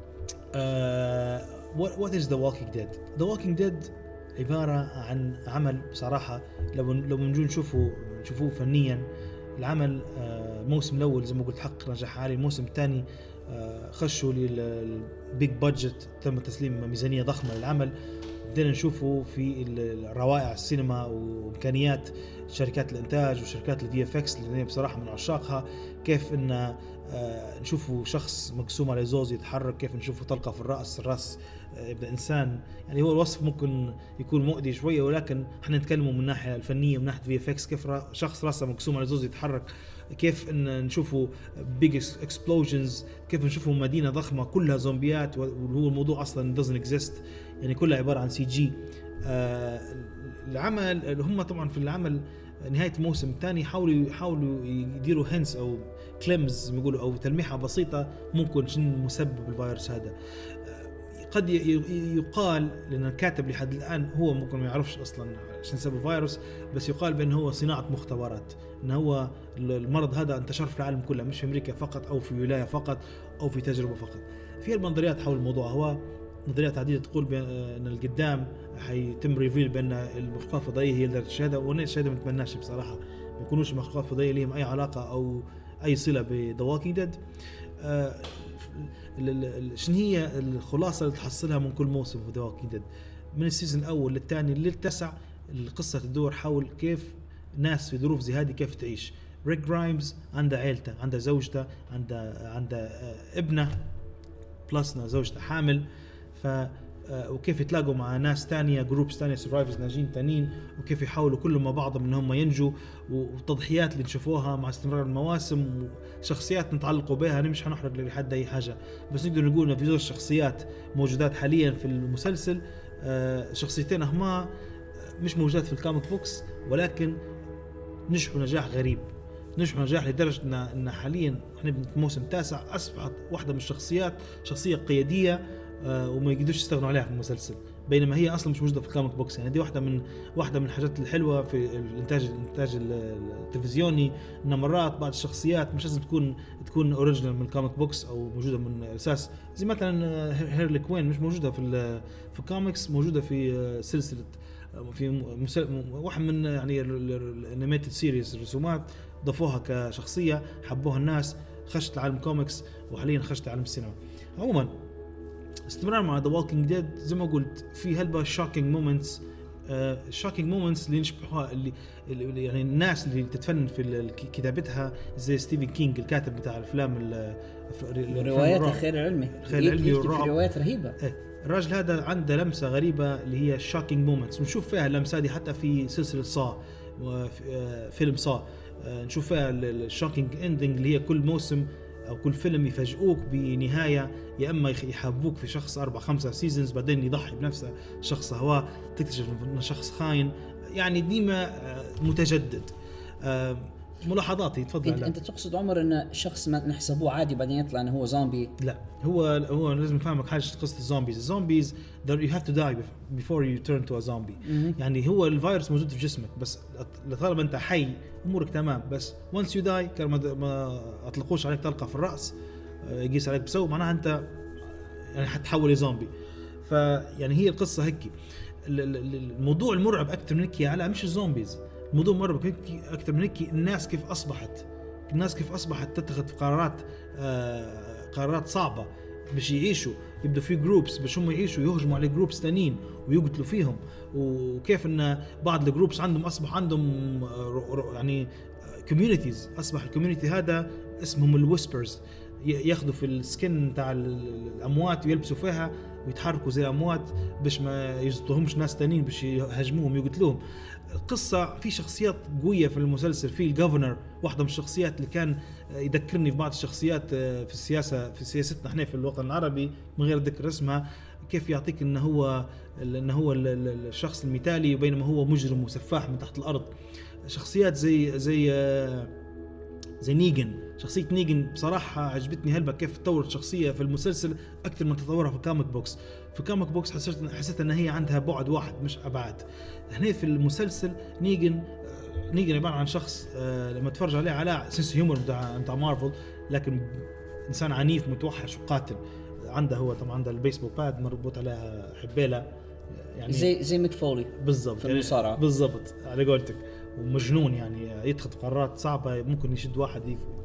[SPEAKER 7] وات از ذا ووكينج ديد. ذا ووكينج ديد عباره عن عمل بصراحه لو لو بنجي نشوفه نشوفوه فنيا العمل الموسم الاول زي ما قلت حقق نجاح عالي. الموسم الثاني خشوا للبيج بادجت تم تسليم ميزانيه ضخمه للعمل بدنا نشوفه في الروائع السينما وامكانيات شركات الانتاج وشركات الفي اف اكس اللي بصراحه من عشاقها. كيف ان نشوفه شخص مقسوم على زوز يتحرك كيف نشوفه طلقه في الراس الراس يبدا انسان يعني هو الوصف ممكن يكون مؤذي شويه ولكن احنا نتكلموا من الناحيه الفنيه من ناحيه في اف اكس كيف شخص راسه مقسوم على زوز يتحرك كيف ان نشوفه بيج اكسبلوجنز كيف نشوفه مدينه ضخمه كلها زومبيات وهو الموضوع اصلا doesn't exist يعني كلها عباره عن سي جي. آه العمل هم طبعا في العمل نهايه الموسم الثاني حاولوا يحاولوا يديروا هنس او كليمز بيقولوا او تلميحه بسيطه ممكن شنو مسبب الفيروس هذا. قد يقال لان الكاتب لحد الان هو ممكن ما يعرفش اصلا شنو سبب الفيروس بس يقال بان هو صناعه مختبرات ان هو المرض هذا انتشر في العالم كله مش في امريكا فقط او في ولايه فقط او في تجربه فقط. في النظريات حول الموضوع هو نظريات عديده تقول بان القدام حيتم ريفيل بان المخلوقات الفضائيه هي اللي الشهاده وانا الشهاده ما نتمناش بصراحه ما يكونوش مخلوقات فضائيه لهم اي علاقه او اي صله بذا ووكينج ديد. شنو هي الخلاصه اللي تحصلها من كل موسم في ذا ووكينج ديد من السيزون الاول للثاني للتاسع القصه تدور حول كيف ناس في ظروف زي هذه كيف تعيش. ريك جرايمز عنده عائلته عنده زوجته عنده عنده ابنه بلسنا زوجته حامل ف وكيف يتلاقوا مع ناس تانية جروبس تانية سرايفرز ناجين تانين وكيف يحاولوا كلهم مع بعضهم انهم ينجوا والتضحيات اللي نشوفوها مع استمرار المواسم وشخصيات نتعلقوا بها. انا مش هنحرق لحد اي حاجه بس نقدر نقول ان في زوج شخصيات موجودات حاليا في المسلسل شخصيتين هما مش موجودات في الكوميك بوكس ولكن نجحوا نجاح غريب نجحوا نجاح لدرجه ان حاليا احنا في الموسم التاسع اصبحت واحده من الشخصيات شخصيه قياديه آه وما يقدروش يستغنوا عليها في المسلسل، بينما هي اصلا مش موجوده في الكوميك بوكس. يعني دي واحده من واحده من الحاجات الحلوه في الانتاج الانتاج التلفزيوني، ان مرات بعض الشخصيات مش لازم تكون تكون اوريجينال من الكوميك بوكس او موجوده من اساس، زي مثلا هيرلي كوين مش موجوده في في الكوميكس، موجوده في سلسله في مسل... واحد من يعني الانيميتد سيريز الرسومات ضافوها كشخصيه حبوها الناس، خشت عالم الكوميكس وحاليا خشت عالم السينما. عموما استمرار مع The Walking Dead زي ما قلت في هلبة shocking moments آه shocking moments اللي نشبهها اللي, اللي يعني الناس اللي تتفنن في كتابتها زي ستيفن كينج الكاتب بتاع الافلام
[SPEAKER 6] الروايات الخيال العلمي
[SPEAKER 7] الخيال العلمي
[SPEAKER 6] والرعب، في روايات رهيبه.
[SPEAKER 7] إيه. الراجل هذا عنده لمسه غريبه اللي هي shocking moments، ونشوف فيها اللمسه دي حتى في سلسله صا وفيلم صا نشوف فيها الشوكينج اندنج اللي هي كل موسم او كل فيلم يفاجئوك بنهايه، يا اما يحبوك في شخص اربع خمسة سيزونز بعدين يضحي بنفسه شخص هواه تكتشف انه شخص خاين، يعني ديما متجدد. ملاحظاتي تفضل.
[SPEAKER 6] انت, انت تقصد عمر ان شخص ما نحسبوه عادي بعدين يطلع انه هو زومبي؟
[SPEAKER 7] لا، هو هو لازم نفهمك حاجه قصه الزومبيز. الزومبيز you have to die before you turn to a zombie. يعني هو الفيروس موجود في جسمك، بس لطالما انت حي امورك تمام، بس once you die كما ما اطلقوش عليك طلقه في الراس يقيس عليك بسو معناها انت يعني حتحول لزومبي. فيعني هي القصه هيك. الموضوع المرعب اكثر من هيك على مش الزومبيز، الموضوع مرعب اكثر من هيك الناس كيف اصبحت الناس كيف اصبحت تتخذ قرارات آه قرارات صعبه باش يعيشوا، يبدو في جروبس باش هم يعيشوا يهجموا على جروبس ثانيين ويقتلوا فيهم، وكيف ان بعض الجروبس عندهم اصبح عندهم يعني كوميونيتيز، اصبح الكوميونيتي هذا اسمهم الويسبرز، ياخذوا في السكن تاع الاموات ويلبسوا فيها ويتحركوا زي الاموات باش ما يجتهمش ناس ثانيين باش يهاجموهم ويقتلوهم. القصة في شخصيات قوية في المسلسل، في الجوفرنر واحدة من الشخصيات اللي كان يذكرني في بعض الشخصيات في السياسة في سياستنا احنا في الوطن العربي من غير ذكر اسمها، كيف يعطيك انه هو انه هو الشخص المثالي بينما هو مجرم وسفاح من تحت الارض. شخصيات زي زي زي نيجن، شخصية نيجن بصراحة عجبتني هلبة كيف تطورت شخصية في المسلسل أكثر من تطورها في الكوميك بوكس. في الكوميك بوكس حسيت حسيت أن هي عندها بعد واحد مش أبعاد. هنا في المسلسل نيجن نيجن عبارة عن شخص لما تفرج عليه على سنس هيومر بتاع بتاع مارفل، لكن إنسان عنيف متوحش وقاتل. عنده هو طبعا عنده البيسبول باد مربوط عليها حبالة
[SPEAKER 6] يعني زي زي ميك فولي
[SPEAKER 7] بالضبط
[SPEAKER 6] في المصارعة
[SPEAKER 7] يعني بالضبط على قولتك، ومجنون يعني يتخذ قرارات صعبة، ممكن يشد واحد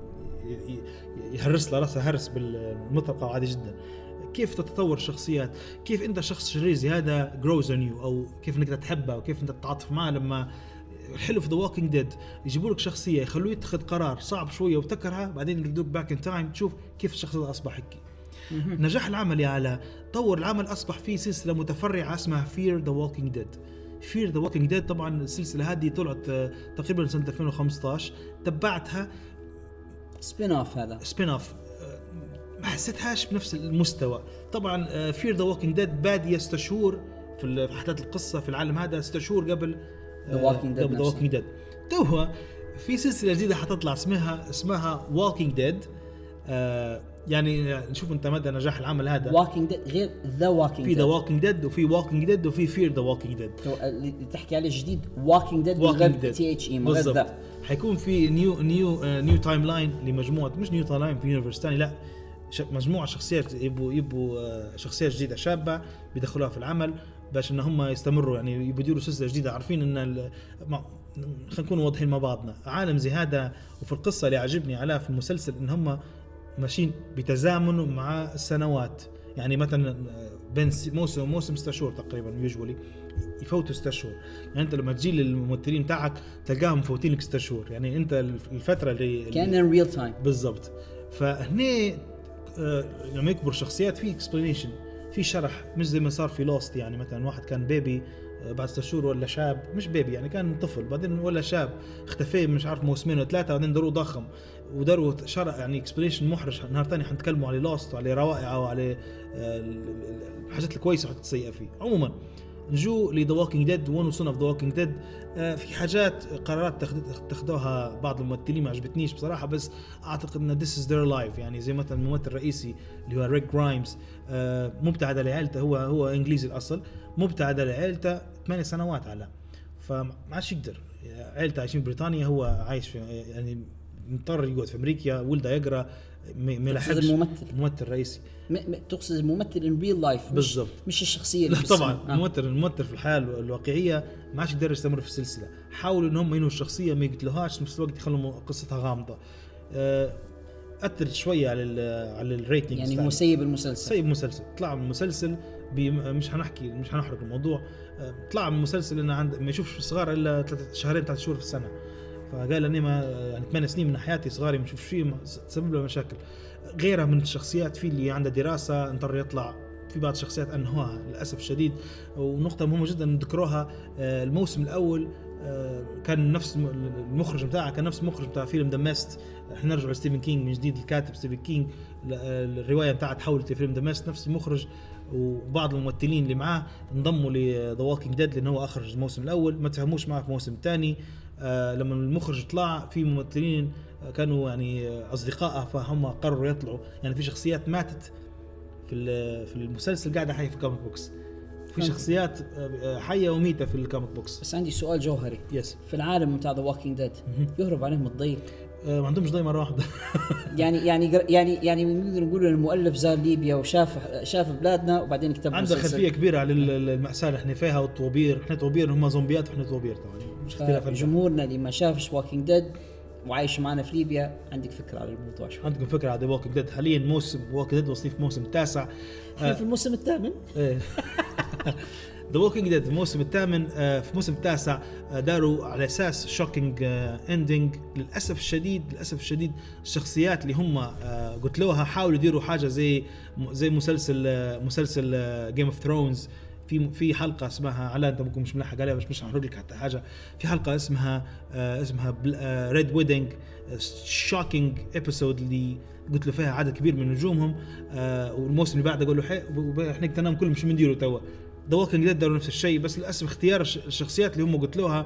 [SPEAKER 7] يهرس له راسه هرس بالمطرقة عادي جدا. كيف تتطور الشخصيات، كيف انت شخص شرير زي هذا grows on you، او كيف انك تحبه وكيف انت تتعاطف معه. لما الحلو في The Walking Dead يجيبوا لك شخصية يخلوه يتخذ قرار صعب شوية وتكرها، بعدين يردوك باك ان تايم تشوف كيف الشخص أصبح هيك. نجاح العمل يا على طور العمل، أصبح فيه سلسلة متفرعة اسمها Fear the Walking Dead. Fear the Walking Dead طبعا السلسلة هذه طلعت تقريبا سنة ألفين وخمسة عشر، تبعتها
[SPEAKER 6] سبين اوف. هذا
[SPEAKER 7] سبين اوف ما حسيتهاش بنفس المستوى. طبعا Fear the Walking Dead بادية ستة شهور في أحداث القصة في العالم هذا، ستة شهور قبل
[SPEAKER 6] The Walking Dead.
[SPEAKER 7] The Walking Dead توها في سلسلة جديدة حتطلع اسمها اسمها Walking Dead. آه يعني نشوف انت مدى نجاح العمل هذا.
[SPEAKER 6] Walking Dead غير The Walking Dead.
[SPEAKER 7] في The Walking Dead وفي Walking Dead وفي Fear the Walking Dead.
[SPEAKER 6] اللي تحكي عليه جديد Walking Dead غير تي اتش اي غير ذا.
[SPEAKER 7] حيكون في نيو نيو نيو تايم لاين لمجموعة، مش نيو تايم لاين في يونيفرس ثاني، لا مجموعة شخصيات يبوا يبوا شخصيات جديدة شابة بيدخلوها في العمل باش ان هم يستمروا، يعني يبدوا سلسلة جديدة. عارفين ان خلينا نكون واضحين مع بعضنا، عالم زي هذا وفي القصة اللي عجبني عليها في المسلسل ان هم ماشيين بتزامن مع السنوات. يعني مثلا بين موسم وموسم ستة شهور تقريبا يوجولي يفوتوا ستة شهور، يعني انت لما تجي للممثلين تاعك تلقاهم مفوتين لك ستة شهور، يعني انت الفتره اللي
[SPEAKER 6] كان ان ريل تايم
[SPEAKER 7] بالضبط. فهنا آه لما يكبر الشخصيات في اكسبلانيشن، في شرح، مش زي ما صار في لوست. يعني مثلا واحد كان بيبي بعد ستة شهور ولا شاب، مش بيبي يعني كان طفل بعدين ولا شاب، اختفى مش عارف موسمين ولا ثلاثه بعدين داروا ضخم وداروا شرح، يعني اكسبلانيشن محرج. نهار ثاني حنتكلموا على لوست وعلى روائع وعلى الحاجات الكويسه والحاجات السيئه فيه. عموما نجو لذا ووكينج ديد ون وسون اوف ذا ووكينج ديد. في حاجات قرارات تاخذوها بعض الممثلين ما عجبتنيش بصراحه، بس اعتقد ان this is their life. يعني زي مثلا الممثل الرئيسي اللي هو ريك جرايمز مبتعد لعائلته، هو هو انجليزي الاصل، مبتعد لعائلته ثمانية سنوات على، فما عادش يقدر. عائلته عايشين في بريطانيا، هو عايش في يعني مضطر يقعد في امريكا، ولده يقرا ما يلحقش.
[SPEAKER 6] الممثل
[SPEAKER 7] الممثل الرئيسي
[SPEAKER 6] م... م... تقصد الممثل ان ريل لايف
[SPEAKER 7] بالضبط،
[SPEAKER 6] مش الشخصيه اللي
[SPEAKER 7] طبعا آه. الممثل الممثل في الحياه الواقعيه ما عادش يقدر يستمر في السلسله. حاولوا ان هم ينهوا الشخصيه ما يقتلوهاش، في نفس الوقت يخلوا قصتها غامضه. اثرت شويه على على الريتنج،
[SPEAKER 6] يعني هو سيب المسلسل
[SPEAKER 7] سيب المسلسل طلع من المسلسل مش هنحكي مش هنحرق الموضوع. طلع من المسلسل انه عند ما يشوفش الصغار الا ثلاث شهرين ثلاث شهور في السنه، فقال اني ما يعني ثمان سنين من حياتي صغاري ما نشوفش فيه، تسبب له مشاكل. غيرها من الشخصيات في اللي عنده دراسه انطر يطلع، في بعض الشخصيات انهوها للاسف الشديد. ونقطه مهمه جدا نذكروها، الموسم الاول كان نفس المخرج بتاعه كان نفس المخرج بتاع فيلم ذا ميست. احنا نرجع لستيفن كينج من جديد، الكاتب ستيفن كينج، الروايه بتاعته تحولت لفيلم ذا ميست، نفس المخرج. وبعض الممثلين اللي معاه انضموا لذا ووكينج ديد لانه هو اخرج الموسم الاول، ما تفهموش معه في الموسم الثاني. آه لما المخرج طلع في ممثلين كانوا يعني اصدقائه، فهم قرروا يطلعوا. يعني في شخصيات ماتت في في المسلسل قاعده حيه في الكوميك بوكس، في شخصيات حيه وميته في الكوميك بوكس.
[SPEAKER 6] بس عندي سؤال جوهري،
[SPEAKER 7] يس.
[SPEAKER 6] في العالم بتاع ذا ووكينج ديد يهرب عليهم الضي؟
[SPEAKER 7] آه ما عندهمش ضي مره واحده.
[SPEAKER 6] يعني يعني يعني يعني نقدر نقول ان المؤلف زار ليبيا وشاف شاف بلادنا وبعدين كتب
[SPEAKER 7] عنده خلفيه كبيره على المأساة اللي احنا فيها والطوابير. احنا طوابير هم زومبيات واحنا طوابير طبعا.
[SPEAKER 6] جمهورنا اللي ما شافش ووكينج ديد وعايش معنا في ليبيا، عندك فكره على الموضوع شوي؟
[SPEAKER 7] عندكم فكره على ووكينج ديد؟ حاليا موسم ووكينج ديد وصيف موسم التاسع،
[SPEAKER 6] احنا في الموسم الثامن.
[SPEAKER 7] ايه ذا ووكينج ديد الموسم الثامن. في الموسم التاسع داروا على اساس شوكينج اندينج. للاسف الشديد للاسف الشديد الشخصيات اللي هم قتلوها حاولوا يديروا حاجه زي زي مسلسل مسلسل جيم اوف ثرونز. في في حلقه اسمها، على انت ممكن مش ملاحق عليها بس مش هحرق لك حتى حاجه. في حلقه اسمها اسمها ريد ويدنج، شوكينج ابيسود اللي قلت له فيها عدد كبير من نجومهم. والموسم اللي بعده قالوا احنا قلنا كلهم مش بنديروا توا. ذا ووكينج ديد داروا نفس الشيء، بس للاسف اختيار الشخصيات اللي هم قتلوها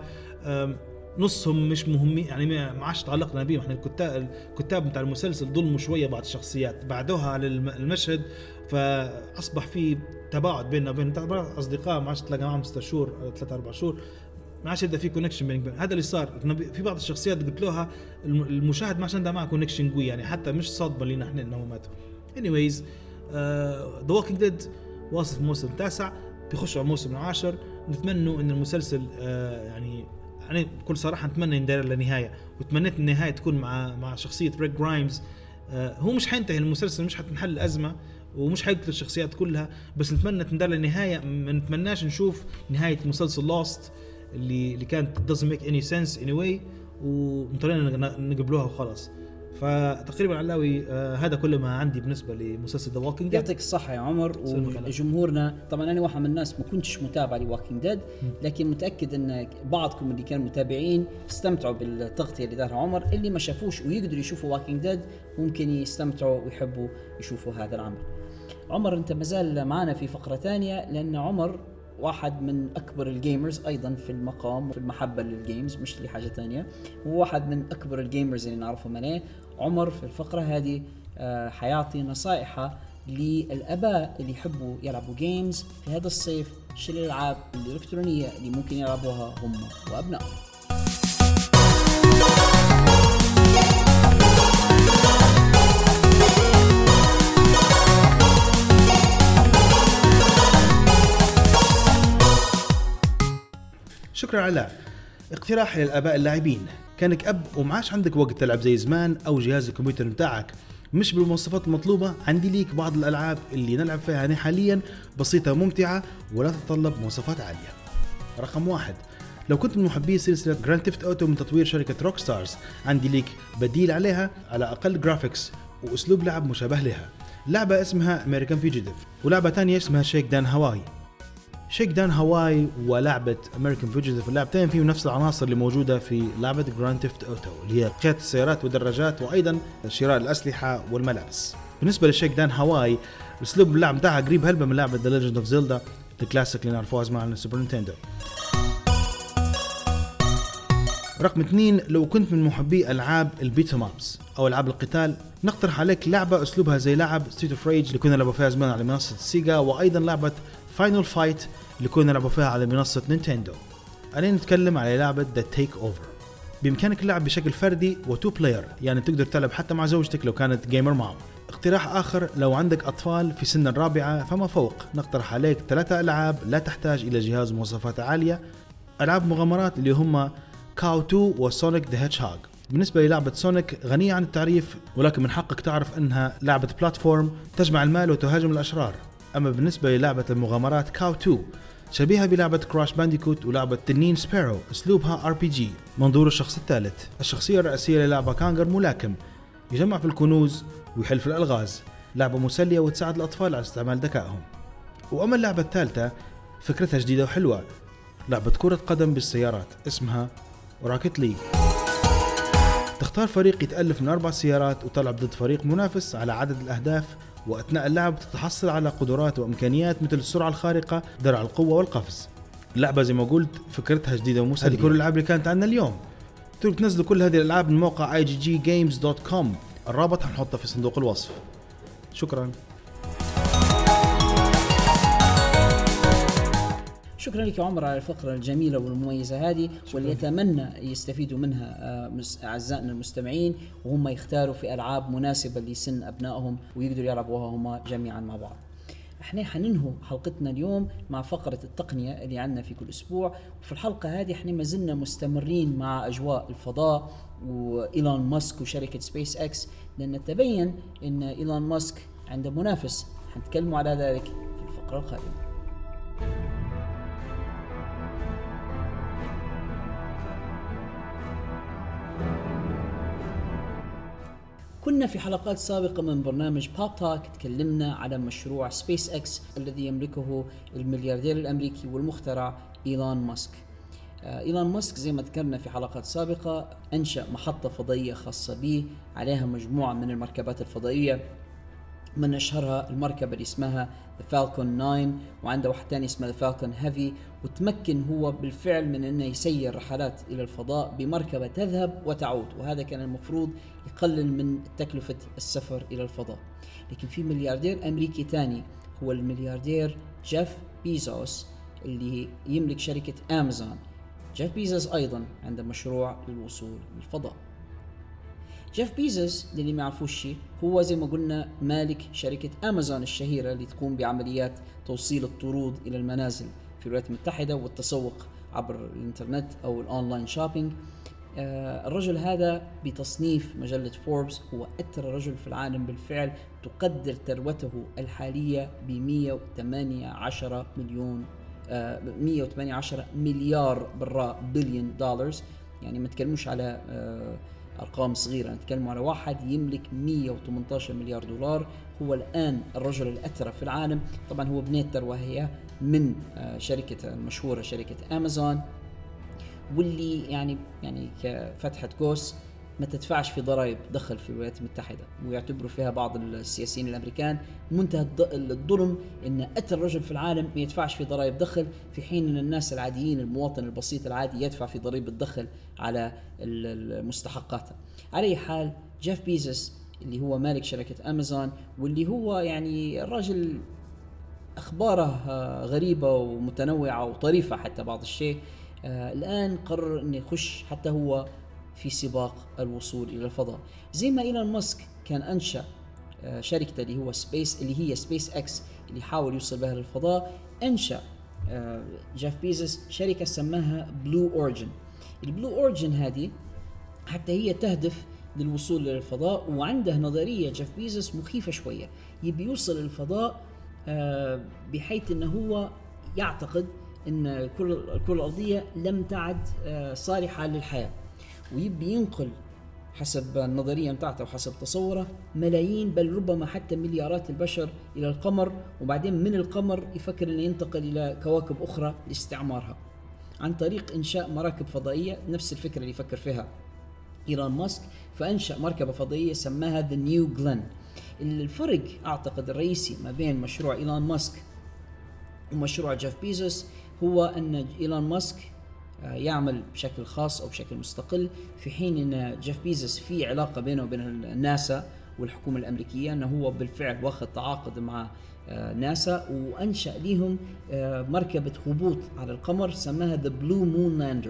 [SPEAKER 7] نصهم مش مهمين، يعني ما عادش تعلقنا بيهم. احنا الكتاب الكتاب بتاع المسلسل ظلموا شويه بعض الشخصيات، بعدوها على المشهد فاصبح في تباعد بيننا وبين اصدقاء ما عادش تلاقى معهم ستة شهور ثلاثة أربعة شهور، ما عادش يبدا في كونكشن بين هذا اللي صار. في بعض الشخصيات قتلوها المشاهد ما عادش عنده معه كونكشن قوي، يعني حتى مش صادمه لنا احنا انهم ماتوا. anyways ذا ووكينج ديد واصل الموسم التاسع، بيخش على الموسم العاشر. نتمنى ان المسلسل آه يعني يعني بكل صراحه نتمنى يندار لنهايه، وتمنيت النهايه تكون مع مع شخصيه ريك جرايمز. آه هو مش حينتهي المسلسل، مش حتنحل الازمه ومش حيقتل الشخصيات كلها، بس نتمنى تندار للنهايه. ما نتمناش نشوف نهايه مسلسل لوست اللي اللي كانت doesn't make any sense anyway ونطلعنا نقبلوها وخلاص. فتقريبا علاوي آه هذا كل ما عندي بالنسبه لمسلسل ذا ووكينج ديد.
[SPEAKER 6] يعطيك الصحه يا عمر. وجمهورنا طبعا انا واحد من الناس ما كنتش متابع لووكينج ديد، لكن متاكد ان بعضكم اللي كانوا متابعين استمتعوا بالتغطيه اللي دارها عمر. اللي ما شافوش ويقدروا يشوفوا ووكينج ديد ممكن يستمتعوا ويحبوا يشوفوا هذا العمل. عمر انت مازال معنا في فقره ثانيه، لان عمر واحد من أكبر الجيمرز أيضا في المقام وفي المحبة للجيمز، مش لي حاجة تانية. هو واحد من أكبر الجيمرز اللي نعرفهم أنا. عمر في الفقرة هذه حيعطي نصائح للآباء اللي يحبوا يلعبوا جيمز في هذا الصيف. شو الألعاب الإلكترونية اللي ممكن يلعبوها هم وأبنائهم؟
[SPEAKER 2] شكرا علاء. اقتراح للآباء اللاعبين، كانك أب ومعاش عندك وقت تلعب زي زمان أو جهاز الكمبيوتر متاعك مش بالمواصفات المطلوبة، عندي ليك بعض الألعاب اللي نلعب فيها أنا حاليا، بسيطة وممتعة ولا تتطلب مواصفات عالية. رقم واحد، لو كنت من محبي سلسلة جراند ثيفت أوتو من تطوير شركة روك ستارز، عندي ليك بديل عليها على أقل جرافيكس وأسلوب لعب مشابه لها. لعبة اسمها أمريكان فيجيتيف، ولعبة تانية اسمها شيك دان هاواي. شيك دان هاواي ولعبة أمريكان فيجيتيف اللعبتين فيهم نفس العناصر اللي موجودة في لعبة جراند ثيفت أوتو، اللي هي قيادة السيارات والدراجات وأيضا شراء الأسلحة والملابس. بالنسبة لشيك دان هاواي، أسلوب اللعب بتاعها قريب هلبة من لعبة The Legend of Zelda. الكلاسيك اللي نعرفوها زمان على السوبر نينتندو. رقم اثنين، لو كنت من محبي ألعاب البيتا مابس أو ألعاب القتال، نقترح عليك لعبة أسلوبها زي لعب ستريت اوف ريج اللي كنا نلعبوا فيها زمان على منصة السيجا، وأيضا لعبة فاينل فايت اللي كنا نلعبوا فيها على منصة نينتندو. أنا نتكلم على لعبة ذا تيك أوفر. بإمكانك اللعب بشكل فردي وتو بلاير، يعني تقدر تلعب حتى مع زوجتك لو كانت جيمر مام. اقتراح آخر، لو عندك أطفال في سن الرابعة فما فوق، نقترح عليك ثلاثة ألعاب لا تحتاج إلى جهاز مواصفات عالية، ألعاب مغامرات اللي هم كاو تو وسونيك ذا هيدجهوج. بالنسبة للعبة سونيك غنية عن التعريف، ولكن من حقك تعرف أنها لعبة بلاتفورم تجمع المال وتهاجم الأشرار. أما بالنسبة للعبة المغامرات كاو تو، شبيهة بلعبة كراش بانديكوت ولعبة تنين سبيرو، أسلوبها آر بي جي منظور الشخص الثالث. الشخصية الرئيسية للعبة كانجر ملاكم يجمع في الكنوز ويحل في الألغاز. لعبة مسلية وتساعد الأطفال على استعمال ذكائهم. وأما اللعبة الثالثة فكرتها جديدة وحلوة، لعبة كرة قدم بالسيارات اسمها روكيت ليج. تختار فريق يتألف من أربع سيارات وتلعب ضد فريق منافس على عدد الأهداف، وأثناء اللعب تتحصل على قدرات وإمكانيات مثل السرعة الخارقة، درع القوة والقفز. اللعبة زي ما قلت فكرتها جديدة ومسلية. هذه كل الألعاب اللي كانت عندنا اليوم. تقدروا تنزلوا كل هذه الألعاب من موقع آي جي جي جيمز دوت كوم، الرابط هنحطه في صندوق الوصف. شكرا.
[SPEAKER 6] شكرا لك يا عمر على الفقرة الجميلة والمميزة هذه، واللي يتمنى يستفيدوا منها أعزائنا المستمعين، وهم يختاروا في ألعاب مناسبة لسن أبنائهم ويقدروا يلعبوها هم جميعا مع بعض. احنا حننهوا حلقتنا اليوم مع فقرة التقنية اللي عندنا في كل أسبوع، وفي الحلقة هذه احنا ما زلنا مستمرين مع أجواء الفضاء وإيلون ماسك وشركة سبيس اكس، لأن تبين أن إيلون ماسك عنده منافس. حنتكلموا على ذلك في الفقرة القادمة. كنا في حلقات سابقة من برنامج بوب توك تكلمنا على مشروع سبيس اكس الذي يملكه الملياردير الأمريكي والمخترع إيلون ماسك. إيلون ماسك زي ما ذكرنا في حلقات سابقة أنشأ محطة فضائية خاصة به عليها مجموعة من المركبات الفضائية، من أشهرها المركبة اللي اسمها فالكون تسعة، وعنده واحد تاني اسمه فالكون هيفي. وتمكن هو بالفعل من أنه يسير رحلات إلى الفضاء بمركبة تذهب وتعود، وهذا كان المفروض يقلل من تكلفة السفر إلى الفضاء. لكن في ملياردير أمريكي تاني هو الملياردير جيف بيزوس اللي يملك شركة أمازون. جيف بيزوس أيضا عنده مشروع للوصول للفضاء. جيف بيزوس اللي ما يعرفوش شيء هو زي ما قلنا مالك شركة أمازون الشهيرة اللي تقوم بعمليات توصيل الطرود إلى المنازل في الولايات المتحدة والتسوق عبر الإنترنت أو الأونلاين شوبينج. آه الرجل هذا بتصنيف مجلة فوربس هو أثرى رجل في العالم بالفعل، تقدر ثروته الحالية ب مئة وثمانية عشر مليون آه مئة وثمانية عشر مليار بالراء بليون دولارز. يعني ما تكلموش على آه أرقام صغيرة، نتكلم على واحد يملك مئة وثمانية عشر مليار دولار. هو الآن الرجل الأثرى في العالم. طبعا هو بنيت ثروته من شركة المشهورة شركة أمازون، واللي يعني يعني كفتحة قوس ما تدفعش في ضرائب دخل في الولايات المتحدة، ويعتبروا فيها بعض السياسيين الأمريكان منتهى الظلم إن أثرى رجل في العالم ما يدفعش في ضرائب دخل، في حين أن الناس العاديين المواطن البسيط العادي يدفع في ضريبة الدخل على المستحقات. على أي حال جيف بيزوس اللي هو مالك شركة أمازون، واللي هو يعني الرجل أخباره غريبة ومتنوعة وطريفة حتى بعض الشيء، آه الآن قرر أن يخش حتى هو في سباق الوصول إلى الفضاء. زي ما إيلون ماسك كان أنشأ آه شركته اللي هو سبيس اللي هي سبيس اكس اللي حاول يوصل بها للفضاء، أنشأ آه جيف بيزوس شركة سماها بلو أوريجين. البلو أوريجين هذه حتى هي تهدف للوصول للفضاء، وعنده نظرية جيف بيزوس مخيفة شوية، يبي يوصل للفضاء آه بحيث أنه هو يعتقد أن الكرة الأرضية لم تعد آه صالحة للحياة، ويبي ينقل حسب النظرية متاعته وحسب تصوره ملايين بل ربما حتى مليارات البشر إلى القمر، وبعدين من القمر يفكر أن ينتقل إلى كواكب أخرى لاستعمارها عن طريق إنشاء مراكب فضائية. نفس الفكرة اللي يفكر فيها إيلون ماسك، فأنشأ مركبة فضائية سماها The New Glenn. الفرق أعتقد الرئيسي ما بين مشروع إيلون ماسك ومشروع جيف بيزوس هو أن إيلون ماسك يعمل بشكل خاص أو بشكل مستقل، في حين أن جيف بيزوس في علاقة بينه وبين الناسا والحكومة الأمريكية، أنه هو بالفعل واخد تعاقد مع ناسا وأنشأ ليهم مركبة هبوط على القمر سماها The Blue Moon Lander.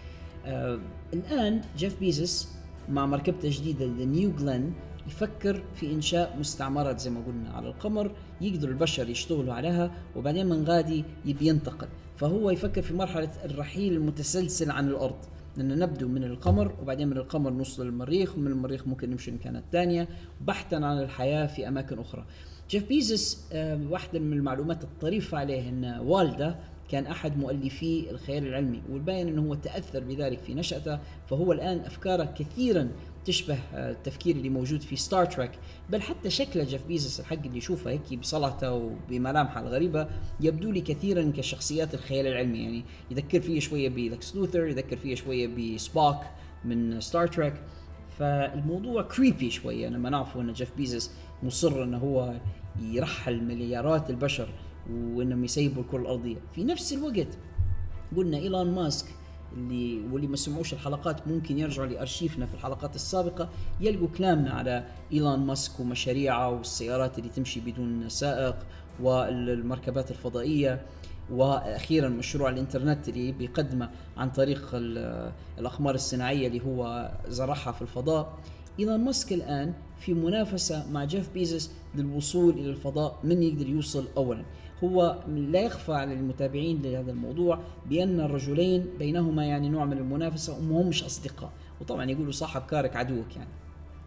[SPEAKER 6] الآن جيف بيزوس مع مركبته الجديدة The New Glenn يفكر في إنشاء مستعمرات زي ما قلنا على القمر يقدر البشر يشتغلوا عليها، وبعدين من غادي يبي ينتقل. فهو يفكر في مرحلة الرحيل المتسلسل عن الأرض، لأن نبدو من القمر وبعدين من القمر نوصل للمريخ، ومن المريخ ممكن نمشي لمكانات تانية بحثا عن الحياة في أماكن أخرى. جيف بيزوس آه واحدة من المعلومات الطريفة عليه أن والده كان أحد مؤلفي الخيال العلمي، والباين أنه هو تأثر بذلك في نشأته، فهو الآن أفكاره كثيرا تشبه التفكير اللي موجود في ستار تريك، بل حتى شكل جيف بيزوس الحق اللي يشوفه هيك بصلعته وبملامحه الغريبة يبدو لي كثيرا كشخصيات الخيال العلمي، يعني يذكر فيه شوية بلكس لوثر، يذكر فيه شوية بسبوك من ستار تريك. فالموضوع كريبي شوية لما نعرفه أن جيف بيزوس مصر أنه هو يرحل مليارات البشر وأنهم يسيبوا الكرة الأرضية. في نفس الوقت قلنا إيلون ماسك اللي واللي ما سمعوش الحلقات ممكن يرجعوا لأرشيفنا في الحلقات السابقة يلقوا كلامنا على إيلون ماسك ومشاريعه والسيارات اللي تمشي بدون سائق والمركبات الفضائية، وأخيرا مشروع الإنترنت اللي بيقدمه عن طريق الأقمار الصناعية اللي هو زرعها في الفضاء. إيلون ماسك الآن في منافسة مع جيف بيزوس للوصول إلى الفضاء، من يقدر يوصل أولا. هو لا يخفى على المتابعين لهذا الموضوع بأن الرجلين بينهما يعني نوع من المنافسة وهم مش أصدقاء، وطبعا يقولوا صاحب كارك عدوك يعني،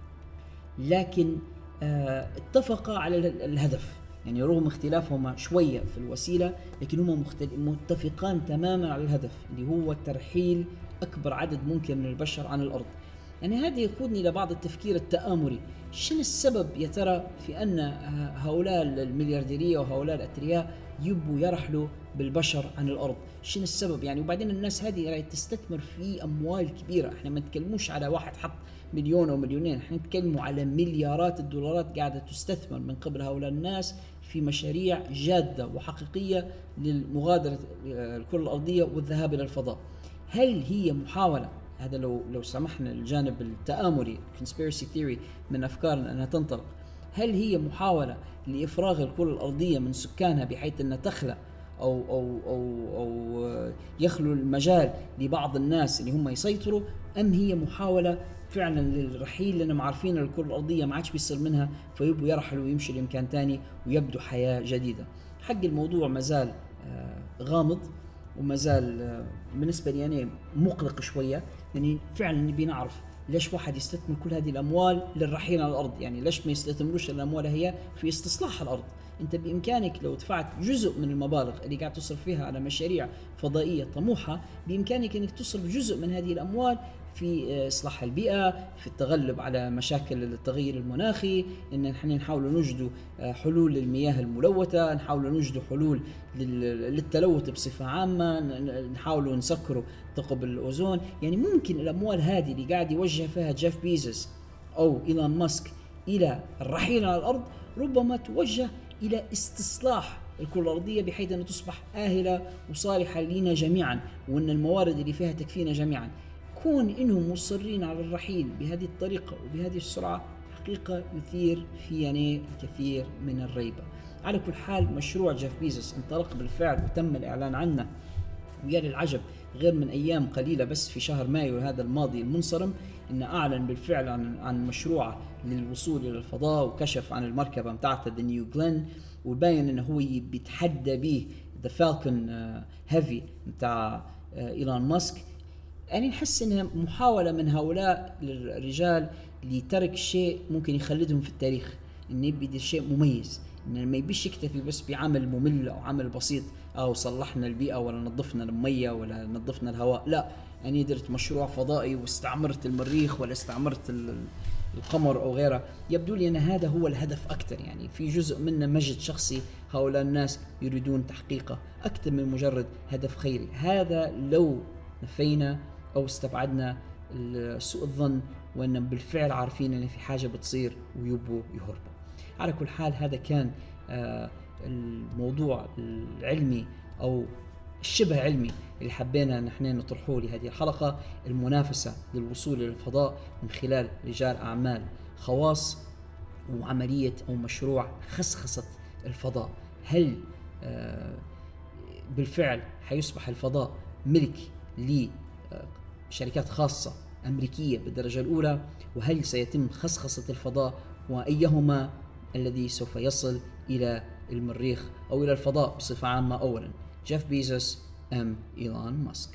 [SPEAKER 6] لكن آه اتفقا على الهدف، يعني رغم اختلافهما شوية في الوسيلة لكن هما متفقان تماما على الهدف اللي هو ترحيل أكبر عدد ممكن من البشر عن الأرض. يعني هذا يقودني لبعض التفكير التآمري، شنو السبب يا ترى في أن هؤلاء المليارديرية وهؤلاء الأثرياء يبوا يرحلوا بالبشر عن الأرض؟ شنو السبب يعني؟ وبعدين الناس هذه راح تستثمر في أموال كبيرة، احنا ما نتكلموش على واحد حط مليون أو مليونين، احنا نتكلموا على مليارات الدولارات قاعدة تستثمر من قبل هؤلاء الناس في مشاريع جادة وحقيقية للمغادرة الكرة الأرضية والذهاب إلى الفضاء. هل هي محاولة، هذا لو لو سمحنا الجانب التآمري conspiracy theory من أفكارنا أنها تنطلق، هل هي محاولة لإفراغ الكرة الأرضية من سكانها بحيث أنها تخلق أو أو أو أو يخلو المجال لبعض الناس اللي هم يسيطروا، أم هي محاولة فعلا للرحيل لأنهم عارفين الكرة الأرضية ما عادش بيصير منها فيبوا يرحلوا ويمشوا لمكان تاني ويبدو حياة جديدة؟ حق الموضوع مازال غامض ومازال بالنسبة لي يعني مقلق شوية، يعني فعلا نبي نعرف ليش واحد يستثمر كل هذه الأموال للرحيل على الأرض، يعني ليش ما يستثمروش الأموال هي في استصلاح الأرض؟ أنت بإمكانك لو دفعت جزء من المبالغ اللي قاعد تصرف فيها على مشاريع فضائية طموحة، بإمكانك أنك تصرف جزء من هذه الأموال في إصلاح البيئة، في التغلب على مشاكل التغير المناخي، إن نحن نحاول نجد حلول للمياه الملوثة، نحاول نجد حلول للتلوث بصفة عامة، نحاول نسكر ثقب الأوزون. يعني ممكن الأموال هذه اللي قاعد يوجه فيها جيف بيزوس أو إيلون ماسك إلى الرحيل على الأرض ربما توجه إلى استصلاح الكرة الأرضية بحيث أن تصبح آهلة وصالحة لنا جميعا، وأن الموارد اللي فيها تكفينا جميعا. كون إنهم مصرين على الرحيل بهذه الطريقة وبهذه السرعة حقيقة يثير في يعني الكثير من الريبة. على كل حال مشروع جيف بيزوس انطلق بالفعل وتم الإعلان عنه، ويا للعجب غير من أيام قليلة بس في شهر مايو هذا الماضي المنصرم إنه أعلن بالفعل عن عن مشروعه للوصول إلى الفضاء، وكشف عن المركبة متاعته The New Glenn، وباين إنه هو بيتحدى به The Falcon Heavy متاع إيلون ماسك. يعني نحس إنها محاولة من هؤلاء الرجال لترك شيء ممكن يخلدهم في التاريخ، إنه يبدي شيء مميز، إنه ما يبيش يكتفي بس بعمل ممل أو عمل بسيط أو صلحنا البيئة ولا نظفنا المية ولا نظفنا الهواء، لا يعني درت مشروع فضائي واستعمرت المريخ ولا استعمرت القمر أو غيره. يبدو لي أن هذا هو الهدف أكثر، يعني في جزء منه مجد شخصي هؤلاء الناس يريدون تحقيقه أكثر من مجرد هدف خيري. هذا لو نفينا أو استبعدنا سوء الظن وأنهم بالفعل عارفين أن في حاجة بتصير ويبوا يهربوا. على كل حال هذا كان الموضوع العلمي أو الشبه علمي اللي حبينا نحن نطرحه لهذه الحلقة: المنافسة للوصول إلى الفضاء من خلال رجال أعمال خواص وعملية أو مشروع خسخسة الفضاء. هل بالفعل حيصبح الفضاء ملك لشركات خاصة أمريكية بالدرجة الأولى؟ وهل سيتم خسخسة الفضاء؟ وأيهما الذي سوف يصل إلى المريخ أو إلى الفضاء بصفة عامة أولا، جيف بيزوس أم إيلون ماسك؟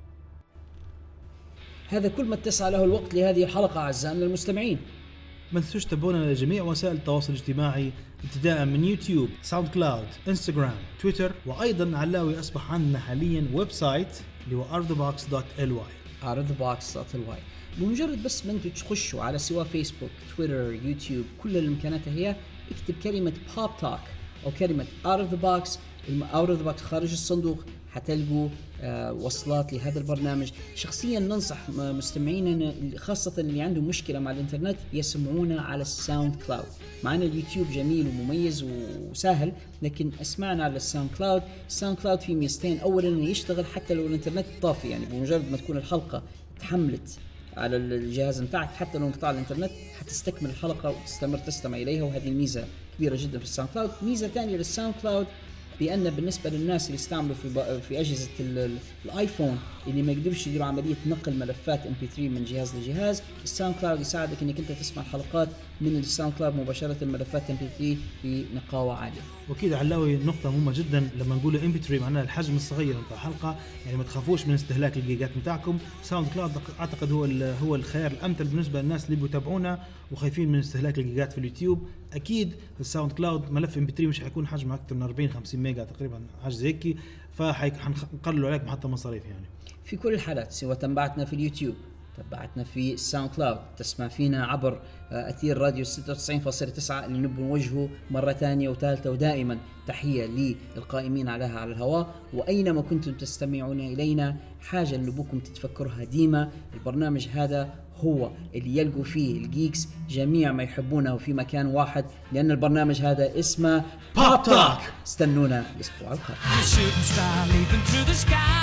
[SPEAKER 6] هذا كل ما اتسع له الوقت لهذه الحلقة أعزائنا المستمعين.
[SPEAKER 2] ما تنسوش تابعونا لجميع وسائل التواصل الاجتماعي ابتداء من يوتيوب، ساوند كلاود، انستغرام، تويتر، وأيضا علاوي أصبح عندنا حاليا ويب سايت اللي هو out of the box dot l y
[SPEAKER 6] out of the box dot l y. بمجرد بس ما انتم تخشوا على سواء فيسبوك، تويتر، يوتيوب، كل الامكانات هي اكتب كلمة بوب توك او كلمة out of the box out of the box خارج الصندوق، حتلقوا آه وصلات لهذا البرنامج. شخصيا ننصح مستمعينا خاصة اللي عندهم مشكلة مع الانترنت يسمعونا على الساوند كلاود. معنا اليوتيوب جميل ومميز وسهل، لكن اسمعنا على الساوند كلاود. الساوند كلاود فيه ميزتين: اولا انه يشتغل حتى لو الانترنت طافي، يعني بمجرد ما تكون الحلقة تحملت على الجهاز متاعك حتى لو انقطع الانترنت حتستكمل الحلقة وتستمر تستمع إليها، وهذه ميزة كبيرة جدا في الساوند كلاود. ميزة ثانية للساوند كلاود بأن بالنسبة للناس اللي يستعملوا في في أجهزة الآيفون اللي ما يقدرش يديروا عملية نقل ملفات إم بي ثري من جهاز لجهاز، الساوند كلاود يساعدك إنك أنت تسمع الحلقات من الساوند كلاود مباشرة ملفات إم بي ثري بنقاوة عالية.
[SPEAKER 2] وكذا علاوي نقطة مهمة جدا لما نقول إم بي ثري معناها الحجم الصغير من الحلقة، يعني ما تخافوش من استهلاك الجيجات متاعكم. ساوند كلاود أعتقد هو هو الخيار الأمثل بالنسبة للناس اللي بيتابعونا وخايفين من استهلاك الجيجات في اليوتيوب. أكيد الساوند كلاود ملف إم بي ثري مش حيكون حجمه أكثر من أربعين خمسين ميجا تقريبا، حاجة هيك، فحنقللوا عليك حتى مصاريف. يعني
[SPEAKER 6] في كل الحالات سواء تابعتنا في اليوتيوب، تابعتنا في الساوند كلاود، تسمع فينا عبر أثير راديو ستة وتسعين فاصلة تسعة اللي نبغى نوجهه مرة ثانية وثالثة ودائما تحية للقائمين عليها على الهواء. وأينما كنتم تستمعون إلينا، حاجة اللي بكم تتفكرها ديما: البرنامج هذا هو اللي يلقوا فيه الجيكس جميع ما يحبونه في مكان واحد، لأن البرنامج هذا اسمه بوب توك. استنونا الأسبوع القادم.